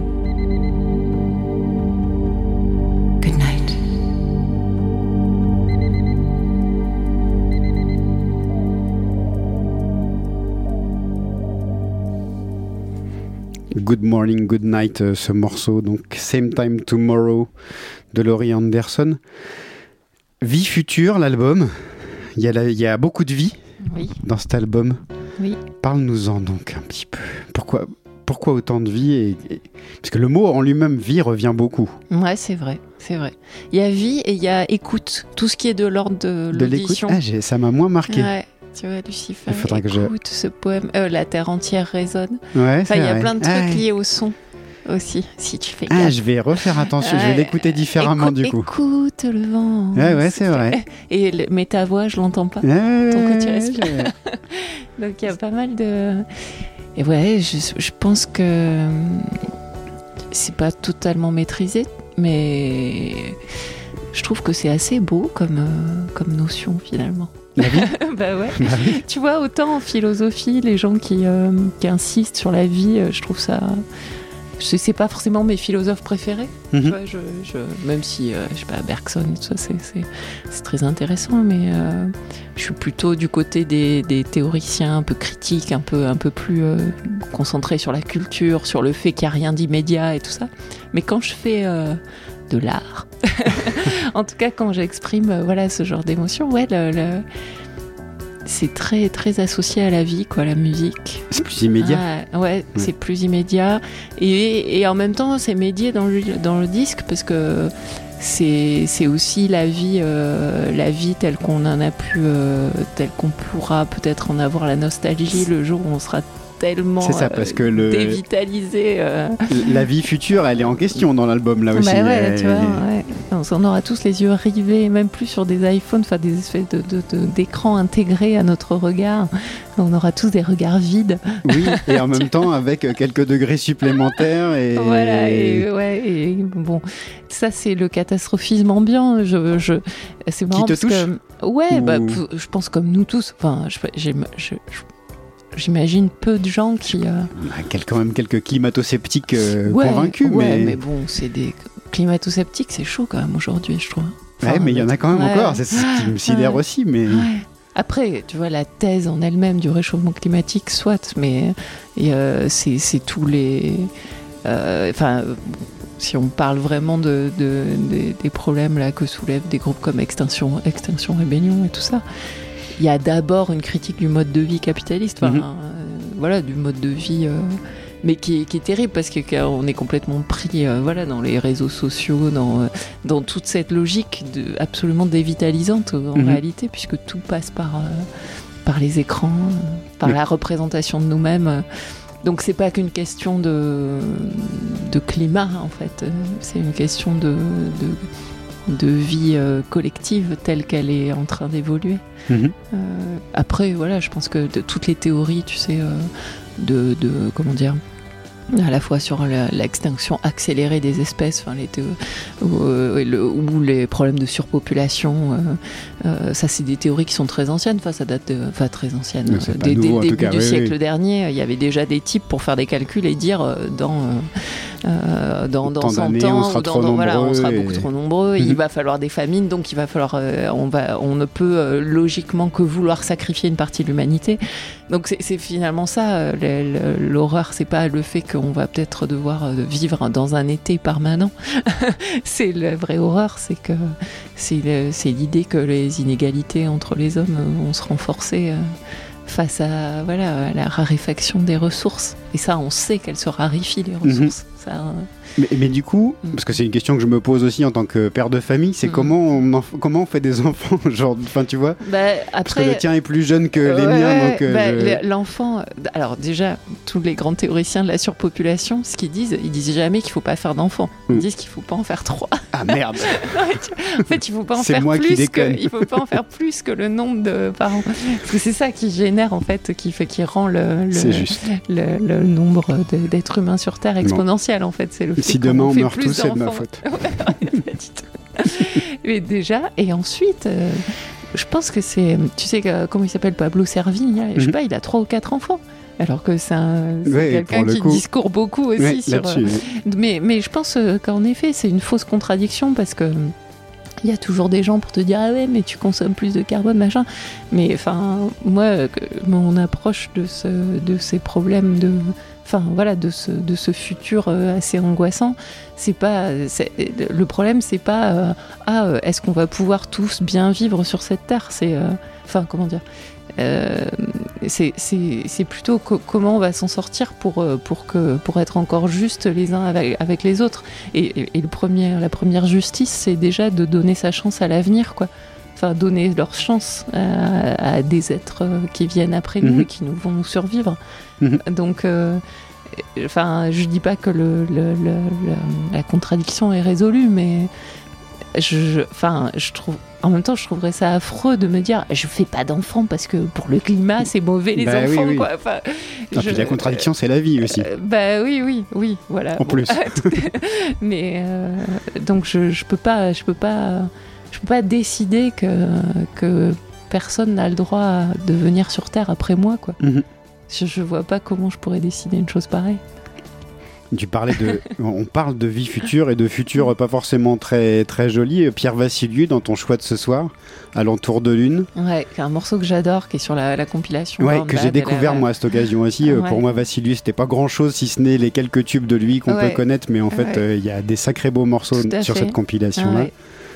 Good night. Good morning, good night, ce morceau, donc Same Time Tomorrow de Laurie Anderson. Vie future, l'album. Il y a beaucoup de vie dans cet album. Oui. Parle-nous-en donc un petit peu. Pourquoi autant de vie Parce que le mot en lui-même, vie, revient beaucoup. Ouais, c'est vrai. Il y a vie et il y a écoute. Tout ce qui est de l'ordre de l'audition. Ça m'a moins marqué. Ouais, tu vois, Lucifer, il faudra écoute ce poème. La terre entière résonne. Ouais, il y a plein de trucs liés au son aussi, si tu fais gaffe. Je vais refaire attention, je vais l'écouter différemment du coup. Écoute le vent. Ouais, c'est vrai. Mais ta voix, je l'entends pas. Donc tu respires. Donc il y a pas mal de... Et ouais, je pense que c'est pas totalement maîtrisé, mais je trouve que c'est assez beau comme notion finalement. La vie. Bah ouais. Tu vois, autant en philosophie, les gens qui insistent sur la vie, je trouve ça... C'est pas forcément mes philosophes préférés, tu vois, même si, je sais pas, Bergson, tout ça, c'est très intéressant, mais je suis plutôt du côté des théoriciens un peu critiques, un peu plus concentrés sur la culture, sur le fait qu'il n'y a rien d'immédiat et tout ça. Mais quand je fais de l'art, en tout cas quand j'exprime ce genre d'émotion, c'est très, très associé à la vie, quoi, la musique. C'est plus immédiat. C'est plus immédiat. Et en même temps, c'est médié dans le disque parce que c'est aussi la vie telle qu'on en a pu, telle qu'on pourra peut-être en avoir la nostalgie le jour où on sera tellement c'est ça, parce que dévitalisé. La vie future, elle est en question dans l'album là aussi. Bah ouais, tu vois, ouais. On aura tous les yeux rivés, même plus sur des iPhones, enfin des espèces d'écrans intégrés à notre regard. On aura tous des regards vides. Oui, et en même temps avec quelques degrés supplémentaires. Et... Voilà, et bon, ça c'est le catastrophisme ambiant. C'est marrant qui te touche je pense comme nous tous. Enfin, j'imagine peu de gens qui... quand même quelques climato-sceptiques convaincus. Mais bon, c'est des climato-sceptiques, c'est chaud quand même aujourd'hui, je trouve. Enfin, mais il y en a quand même encore, c'est ce qui me sidère aussi. Mais... Ouais. Après, tu vois, la thèse en elle-même du réchauffement climatique, soit, mais c'est tous les... si on parle vraiment des problèmes là, que soulèvent des groupes comme Extinction Rébellion et tout ça, il y a d'abord une critique du mode de vie capitaliste, du mode de vie, mais qui est terrible parce qu'on est complètement pris dans les réseaux sociaux, dans toute cette logique absolument dévitalisante en réalité, puisque tout passe par les écrans, par la représentation de nous-mêmes. Donc c'est pas qu'une question de climat en fait, c'est une question de vie collective telle qu'elle est en train d'évoluer. Après, voilà, je pense que de toutes les théories, tu sais, comment dire, à la fois sur l'extinction accélérée des espèces, ou les problèmes de surpopulation, ça c'est des théories qui sont très anciennes, ça date très anciennes, dès le début du siècle dernier, il y avait déjà des types pour faire des calculs et dire dans 100 ans, on sera beaucoup trop nombreux, il va falloir des famines, donc il va falloir, on ne peut logiquement que vouloir sacrifier une partie de l'humanité. Donc c'est finalement ça, l'horreur, c'est pas le fait qu'on va peut-être devoir vivre dans un été permanent. C'est la vraie horreur, c'est l'idée que les inégalités entre les hommes vont se renforcer face à la raréfaction des ressources. Et ça, on sait qu'elles se raréfient, les ressources. Mais du coup, parce que c'est une question que je me pose aussi en tant que père de famille, c'est comment on fait des enfants, genre, tu vois, après, parce que le tien est plus jeune que les miens, donc l'enfant. Alors déjà, tous les grands théoriciens de la surpopulation, ce qu'ils disent, ils disent jamais qu'il faut pas faire d'enfants. Ils disent qu'il faut pas en faire 3. Ah merde. En fait, il faut pas en faire plus. Il faut pas en faire plus que le nombre de parents. Parce que c'est ça qui génère en fait, qui rend le nombre d'êtres humains sur Terre exponentiel en fait. C'est le fait si demain on meurt tous, c'est de ma faute. Mais déjà, et ensuite, je pense que c'est, tu sais, comment il s'appelle, Pablo Servigne, je sais pas, il a 3 ou 4 enfants. Alors que c'est quelqu'un qui discourt beaucoup aussi sur. Mais je pense qu'en effet, c'est une fausse contradiction parce que. Il y a toujours des gens pour te dire ah ouais mais tu consommes plus de carbone machin, mais enfin moi mon approche de ces problèmes de ce futur assez angoissant, le problème c'est pas est-ce qu'on va pouvoir tous bien vivre sur cette terre, c'est comment dire, c'est plutôt comment on va s'en sortir pour être encore juste les uns avec les autres, et la première justice c'est déjà de donner sa chance à l'avenir, quoi. Enfin, donner leur chance à des êtres qui viennent après nous et qui vont nous survivre. Donc je dis pas que la contradiction est résolue, mais je trouve, en même temps, je trouverais ça affreux de me dire je fais pas d'enfants parce que pour le climat c'est mauvais les enfants, oui. quoi. Puis la contradiction c'est la vie aussi. Oui, voilà. En plus. Mais donc je peux pas décider que personne n'a le droit de venir sur Terre après moi, quoi. Je vois pas comment je pourrais décider une chose pareille. Tu parlais on parle de vie future et de futur pas forcément très, très joli. Pierre Vassiliou, dans ton choix de ce soir, à l'entour de lune. Ouais, un morceau que j'adore, qui est sur la compilation. Ouais, que j'ai découvert moi à cette occasion aussi. Pour moi, Vassiliou, c'était pas grand chose si ce n'est les quelques tubes de lui qu'on peut connaître, mais en fait, il y a des sacrés beaux morceaux sur cette compilation-là.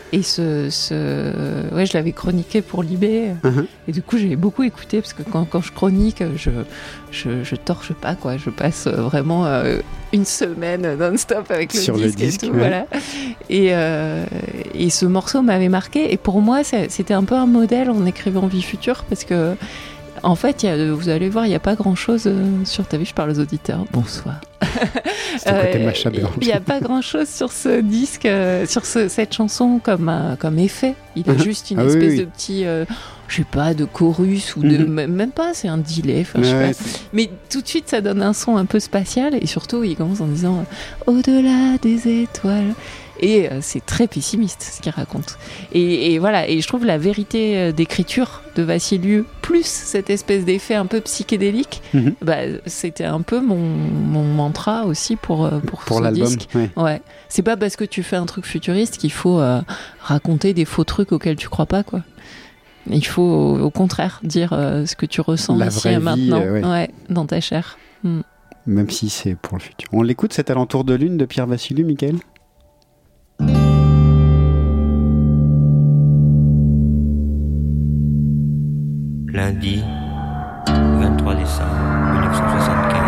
Et ouais, je l'avais chroniqué pour Libé. Et du coup, j'ai beaucoup écouté parce que quand je chronique, je torche pas, quoi. Je passe vraiment une semaine non-stop avec le disque et tout. Ouais. Voilà. Et ce morceau m'avait marqué. Et pour moi, c'était un peu un modèle en écrivant Vie Future parce que, en fait, vous allez voir, il n'y a pas grand-chose sur ta vie. Je parle aux auditeurs. Bonsoir. C'est ton côté mashup. Il n'y a pas grand-chose sur ce disque, sur cette chanson comme effet. Il a juste une espèce de petit, je sais pas, de chorus ou de même pas. C'est un delay. Je sais pas. Mais tout de suite, ça donne un son un peu spatial et surtout, il commence en disant au-delà des étoiles. Et c'est très pessimiste ce qu'il raconte. Et voilà, et je trouve la vérité d'écriture de Vassiliou, plus cette espèce d'effet un peu psychédélique, c'était un peu mon mantra aussi pour ce l'album. Disque. Ouais. C'est pas parce que tu fais un truc futuriste qu'il faut raconter des faux trucs auxquels tu crois pas, quoi. Il faut au contraire dire ce que tu ressens ici et maintenant, dans ta chair. Même si c'est pour le futur. On l'écoute, cet Alentour de lune de Pierre Vassiliou, Mickaël ? Lundi 23 décembre 1975.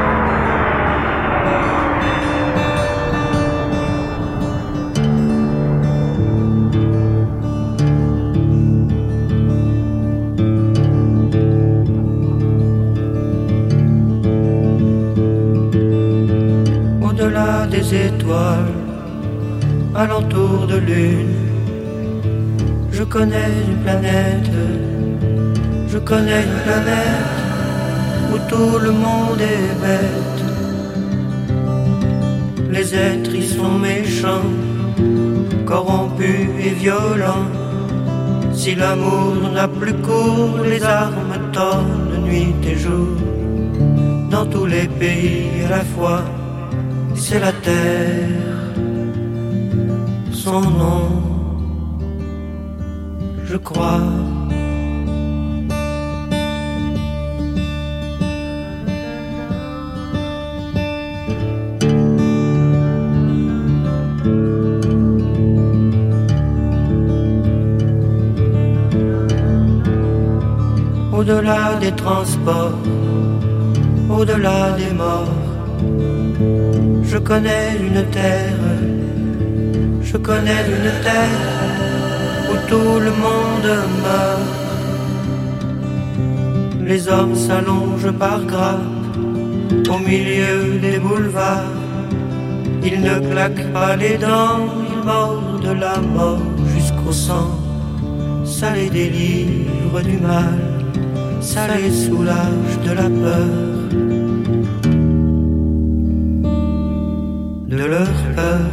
Au-delà des étoiles, alentour de lune, je connais une planète. Je connais une planète où tout le monde est bête. Les êtres y sont méchants, corrompus et violents. Si l'amour n'a plus cours, les armes tordent nuit et jour. Dans tous les pays à la fois, c'est la terre. Son nom, je crois. Au-delà des transports, au-delà des morts, je connais une terre, je connais une terre où tout le monde meurt. Les hommes s'allongent par grappes au milieu des boulevards. Ils ne claquent pas les dents, ils mordent la mort jusqu'au sang. Ça les délivre du mal, ça les soulage de la peur, de leur peur.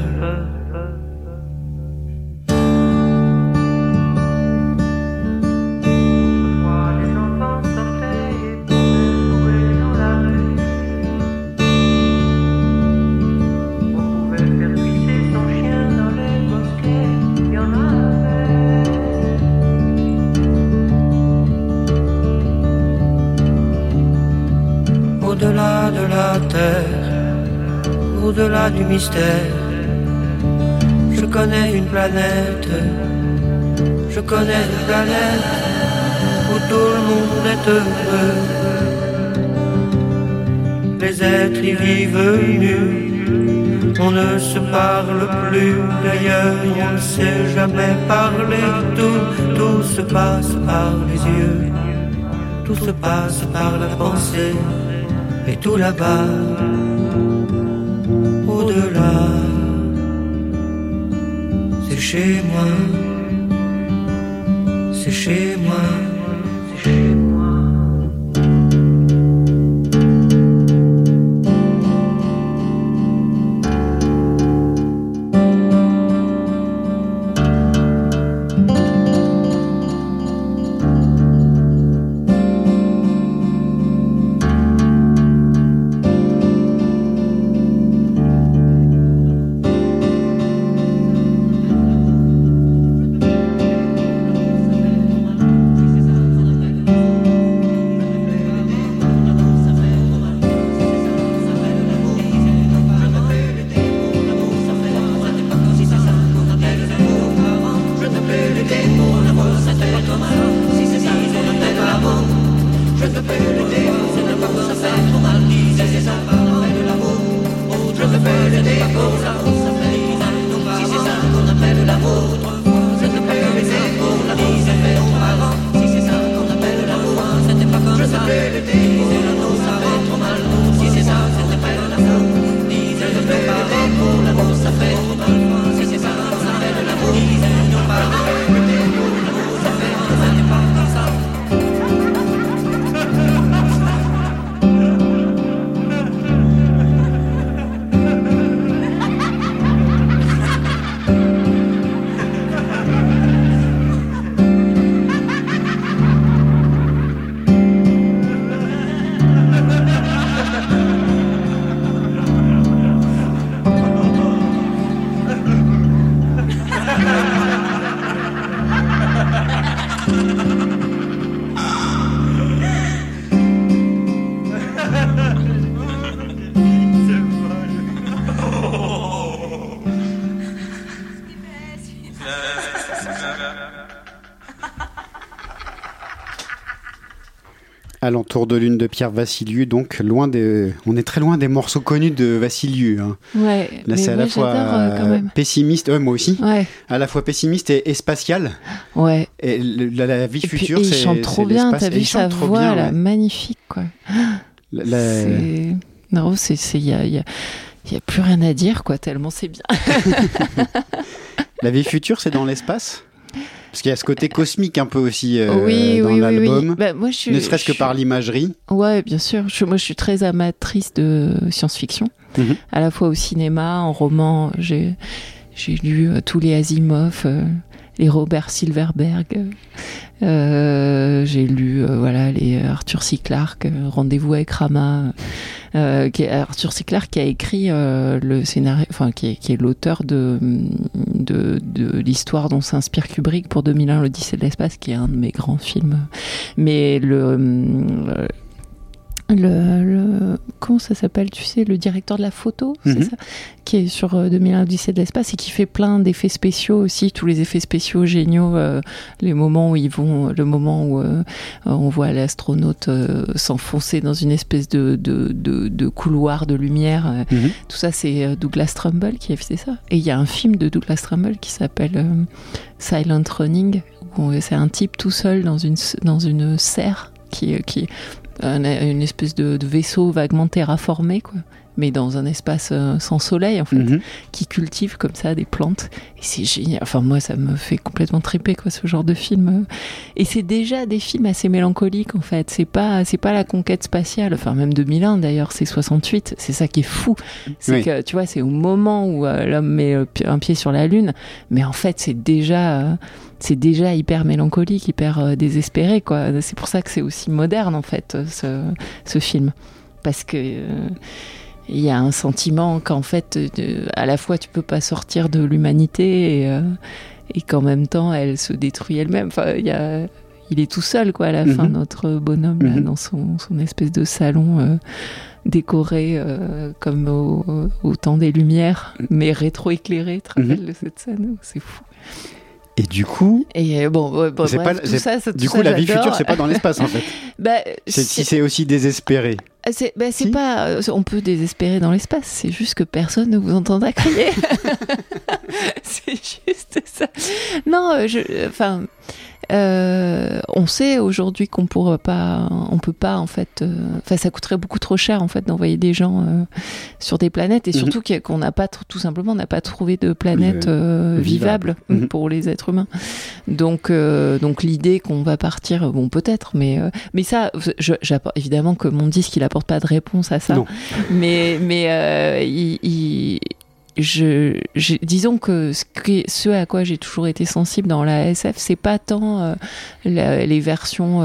Au-delà de la terre, au-delà du mystère, je connais une planète, je connais une planète où tout le monde est heureux. Les êtres y vivent nus, on ne se parle plus, d'ailleurs on ne sait jamais parler. Tout se passe par les yeux, tout se passe par la pensée. Et tout là-bas, au-delà, c'est chez moi, c'est chez moi, c'est chez moi. Alentour de lune de Pierre Vassiliou, donc on est très loin des morceaux connus de Vassiliou. Hein. Ouais, là c'est à la fois quand même. pessimiste, moi aussi, ouais. À la fois pessimiste et spatial. Ouais. Et la vie future, puis, c'est il chante trop bien, t'as vu sa voix, là, magnifique, quoi. Non, il y a plus rien à dire, quoi, tellement c'est bien. La vie future, c'est dans l'espace ? Parce qu'il y a ce côté cosmique un peu aussi dans l'album, oui. Bah, moi, ne serait-ce que par l'imagerie. Ouais, bien sûr. Moi, je suis très amatrice de science-fiction, à la fois au cinéma, en roman. J'ai lu tous les Asimov, les Robert Silverberg. J'ai lu les Arthur C. Clarke, Rendez-vous avec Rama. Arthur C. Clarke qui a écrit le scénario, qui est l'auteur de l'histoire dont s'inspire Kubrick pour 2001, l'Odyssée de l'espace, qui est un de mes grands films. Mais comment ça s'appelle, tu sais, le directeur de la photo, c'est ça, qui est sur 2001 Odyssée de l'espace et qui fait plein d'effets spéciaux aussi, tous les effets spéciaux géniaux, le moment où on voit l'astronaute s'enfoncer dans une espèce de couloir de lumière, tout ça c'est Douglas Trumbull qui a fait ça. Et il y a un film de Douglas Trumbull qui s'appelle Silent Running, où c'est un type tout seul dans une serre qui une espèce de vaisseau vaguement terraformé, quoi, mais dans un espace sans soleil, en fait, qui cultive comme ça des plantes. Et c'est génial. Enfin, moi, ça me fait complètement triper, quoi, ce genre de film. Et c'est déjà des films assez mélancoliques, en fait. C'est pas la conquête spatiale. Enfin, même 2001, d'ailleurs, c'est 68. C'est ça qui est fou. C'est que, tu vois, c'est au moment où l'homme met un pied sur la Lune. Mais en fait, c'est déjà hyper mélancolique, hyper désespéré, quoi. C'est pour ça que c'est aussi moderne, en fait, ce film. Parce que il y a un sentiment qu'en fait, à la fois, tu peux pas sortir de l'humanité et qu'en même temps, elle se détruit elle-même. Enfin, il est tout seul, quoi, à la fin, notre bonhomme, là, dans son espèce de salon décoré comme au temps des Lumières, mais rétro-éclairé. Tu te rappelles de cette scène ? C'est fou. Et du coup, la vie future, c'est pas dans l'espace, en fait. Si c'est aussi désespéré. C'est pas. On peut désespérer dans l'espace. C'est juste que personne ne vous entendra crier. C'est juste ça. Non, on sait aujourd'hui qu'on peut pas en fait. Ça coûterait beaucoup trop cher en fait d'envoyer des gens sur des planètes et surtout qu'on n'a pas tout simplement trouvé de planète vivable pour les êtres humains. Donc l'idée qu'on va partir, bon peut-être, mais ça, évidemment que mon disque il apporte pas de réponse à ça. Non. Mais disons que ce à quoi j'ai toujours été sensible dans la SF, c'est pas tant les versions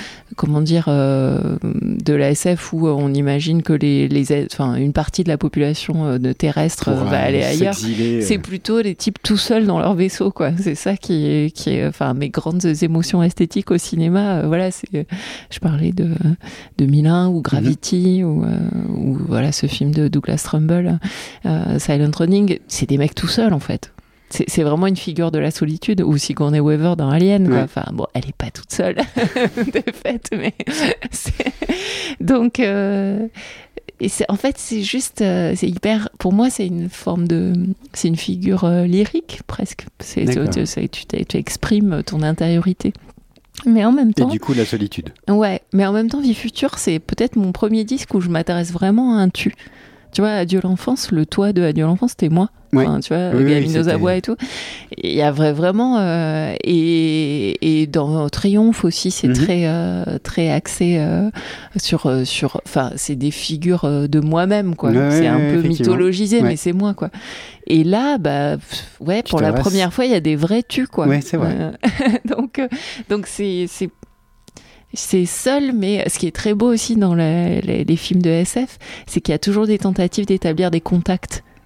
de la SF où on imagine que une partie de la population terrestre va aller ailleurs. C'est plutôt les types tout seuls dans leur vaisseau, quoi. C'est ça qui est mes grandes émotions esthétiques au cinéma. Je parlais de 2001 ou Gravity ou voilà ce film de Douglas Trumbull, Silent Running. C'est des mecs tout seuls, en fait. C'est vraiment une figure de la solitude, ou Sigourney Weaver dans Alien, quoi. Enfin, bon, elle est pas toute seule, de fait, mais donc en fait, c'est juste, c'est hyper. Pour moi, c'est une figure lyrique presque. Tu exprimes ton intériorité. Mais en même temps. Et du coup, la solitude. Ouais, mais en même temps, Vie Future, c'est peut-être mon premier disque où je m'intéresse vraiment à un tu. Tu vois, Adieu l'enfance, le toit de Adieu l'enfance, c'était moi. Ouais. Enfin, tu vois, Gamine aux abois et tout. Il y a vraiment et dans Triomphe aussi, c'est très axé sur enfin, c'est des figures de moi-même, quoi. C'est un peu mythologisé, mais c'est moi, quoi. Et là, pour la première fois, il y a des vrais tus, quoi. Ouais, c'est vrai. Donc c'est seul, mais ce qui est très beau aussi dans les films de SF, c'est qu'il y a toujours des tentatives d'établir des contacts.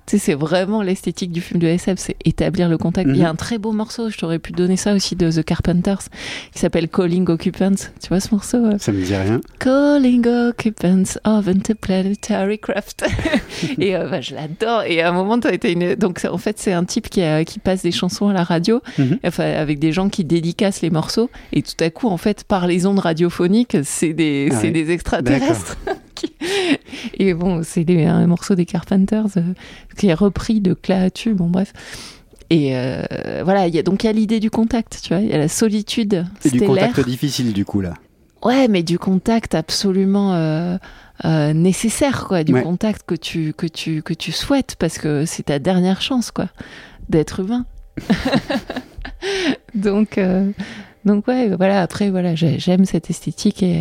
Tu sais, c'est vraiment l'esthétique du film de SF, c'est établir le contact. Il y a un très beau morceau, je t'aurais pu donner ça aussi, de The Carpenters, qui s'appelle Calling Occupants. Tu vois ce morceau? Ça me dit rien. Calling Occupants of Interplanetary Craft. Et je l'adore. Et à un moment, donc en fait, c'est un type qui passe des chansons à la radio, enfin, avec des gens qui dédicacent les morceaux. Et tout à coup, en fait, par les ondes radiophoniques, c'est des extraterrestres. Et bon, c'est un morceau des Carpenters qui est repris de Klaatu, bon bref. Et voilà, il y a l'idée du contact, tu vois, il y a la solitude et stellaire. Du contact difficile du coup là. Ouais, mais du contact absolument nécessaire, quoi, du contact que tu souhaites, parce que c'est ta dernière chance, quoi, d'être humain. Donc ouais, voilà, après voilà, j'aime cette esthétique et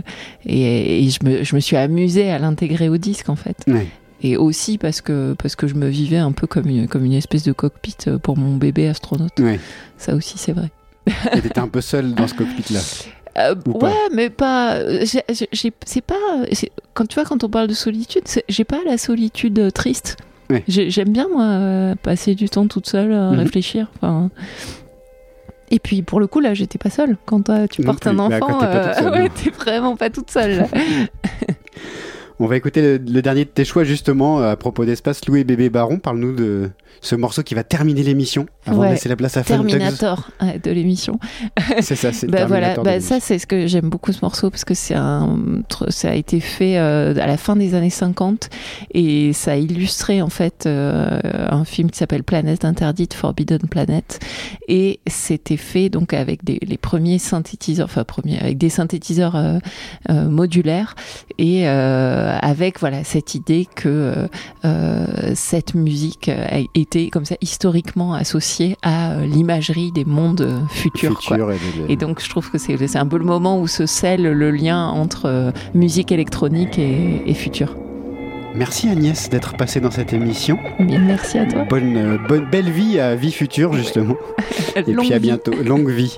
je me suis amusée à l'intégrer au disque en fait. Ouais. Et aussi parce que je me vivais un peu comme une espèce de cockpit pour mon bébé astronaute. Ouais. Ça aussi c'est vrai. Et t'étais un peu seule dans ce cockpit là. Ouais, mais pas. C'est pas. Quand on parle de solitude, j'ai pas la solitude triste. Ouais. J'aime bien moi passer du temps toute seule, réfléchir. Enfin. Et puis pour le coup là, j'étais pas seule. Quand tu portes un enfant, t'es vraiment pas toute seule. Là. On va écouter le dernier de tes choix justement à propos d'espace. Lou et Bébé Baron, parle-nous de ce morceau qui va terminer l'émission avant de laisser la place à Fun Terminator de l'émission. C'est ça, c'est Terminator. Voilà, ça c'est ce que j'aime beaucoup ce morceau parce que ça a été fait à la fin des années 50 et ça a illustré en fait un film qui s'appelle Planète interdite, Forbidden Planet, et c'était fait donc avec les premiers synthétiseurs, avec des synthétiseurs modulaires et avec voilà cette idée que cette musique a été comme ça historiquement associée à l'imagerie des mondes futurs. Et donc je trouve que c'est un peu le moment où se scelle le lien entre musique électronique et futur. Merci Agnès d'être passée dans cette émission. Merci à toi. Belle vie à vie future justement. Et puis à bientôt. Longue vie.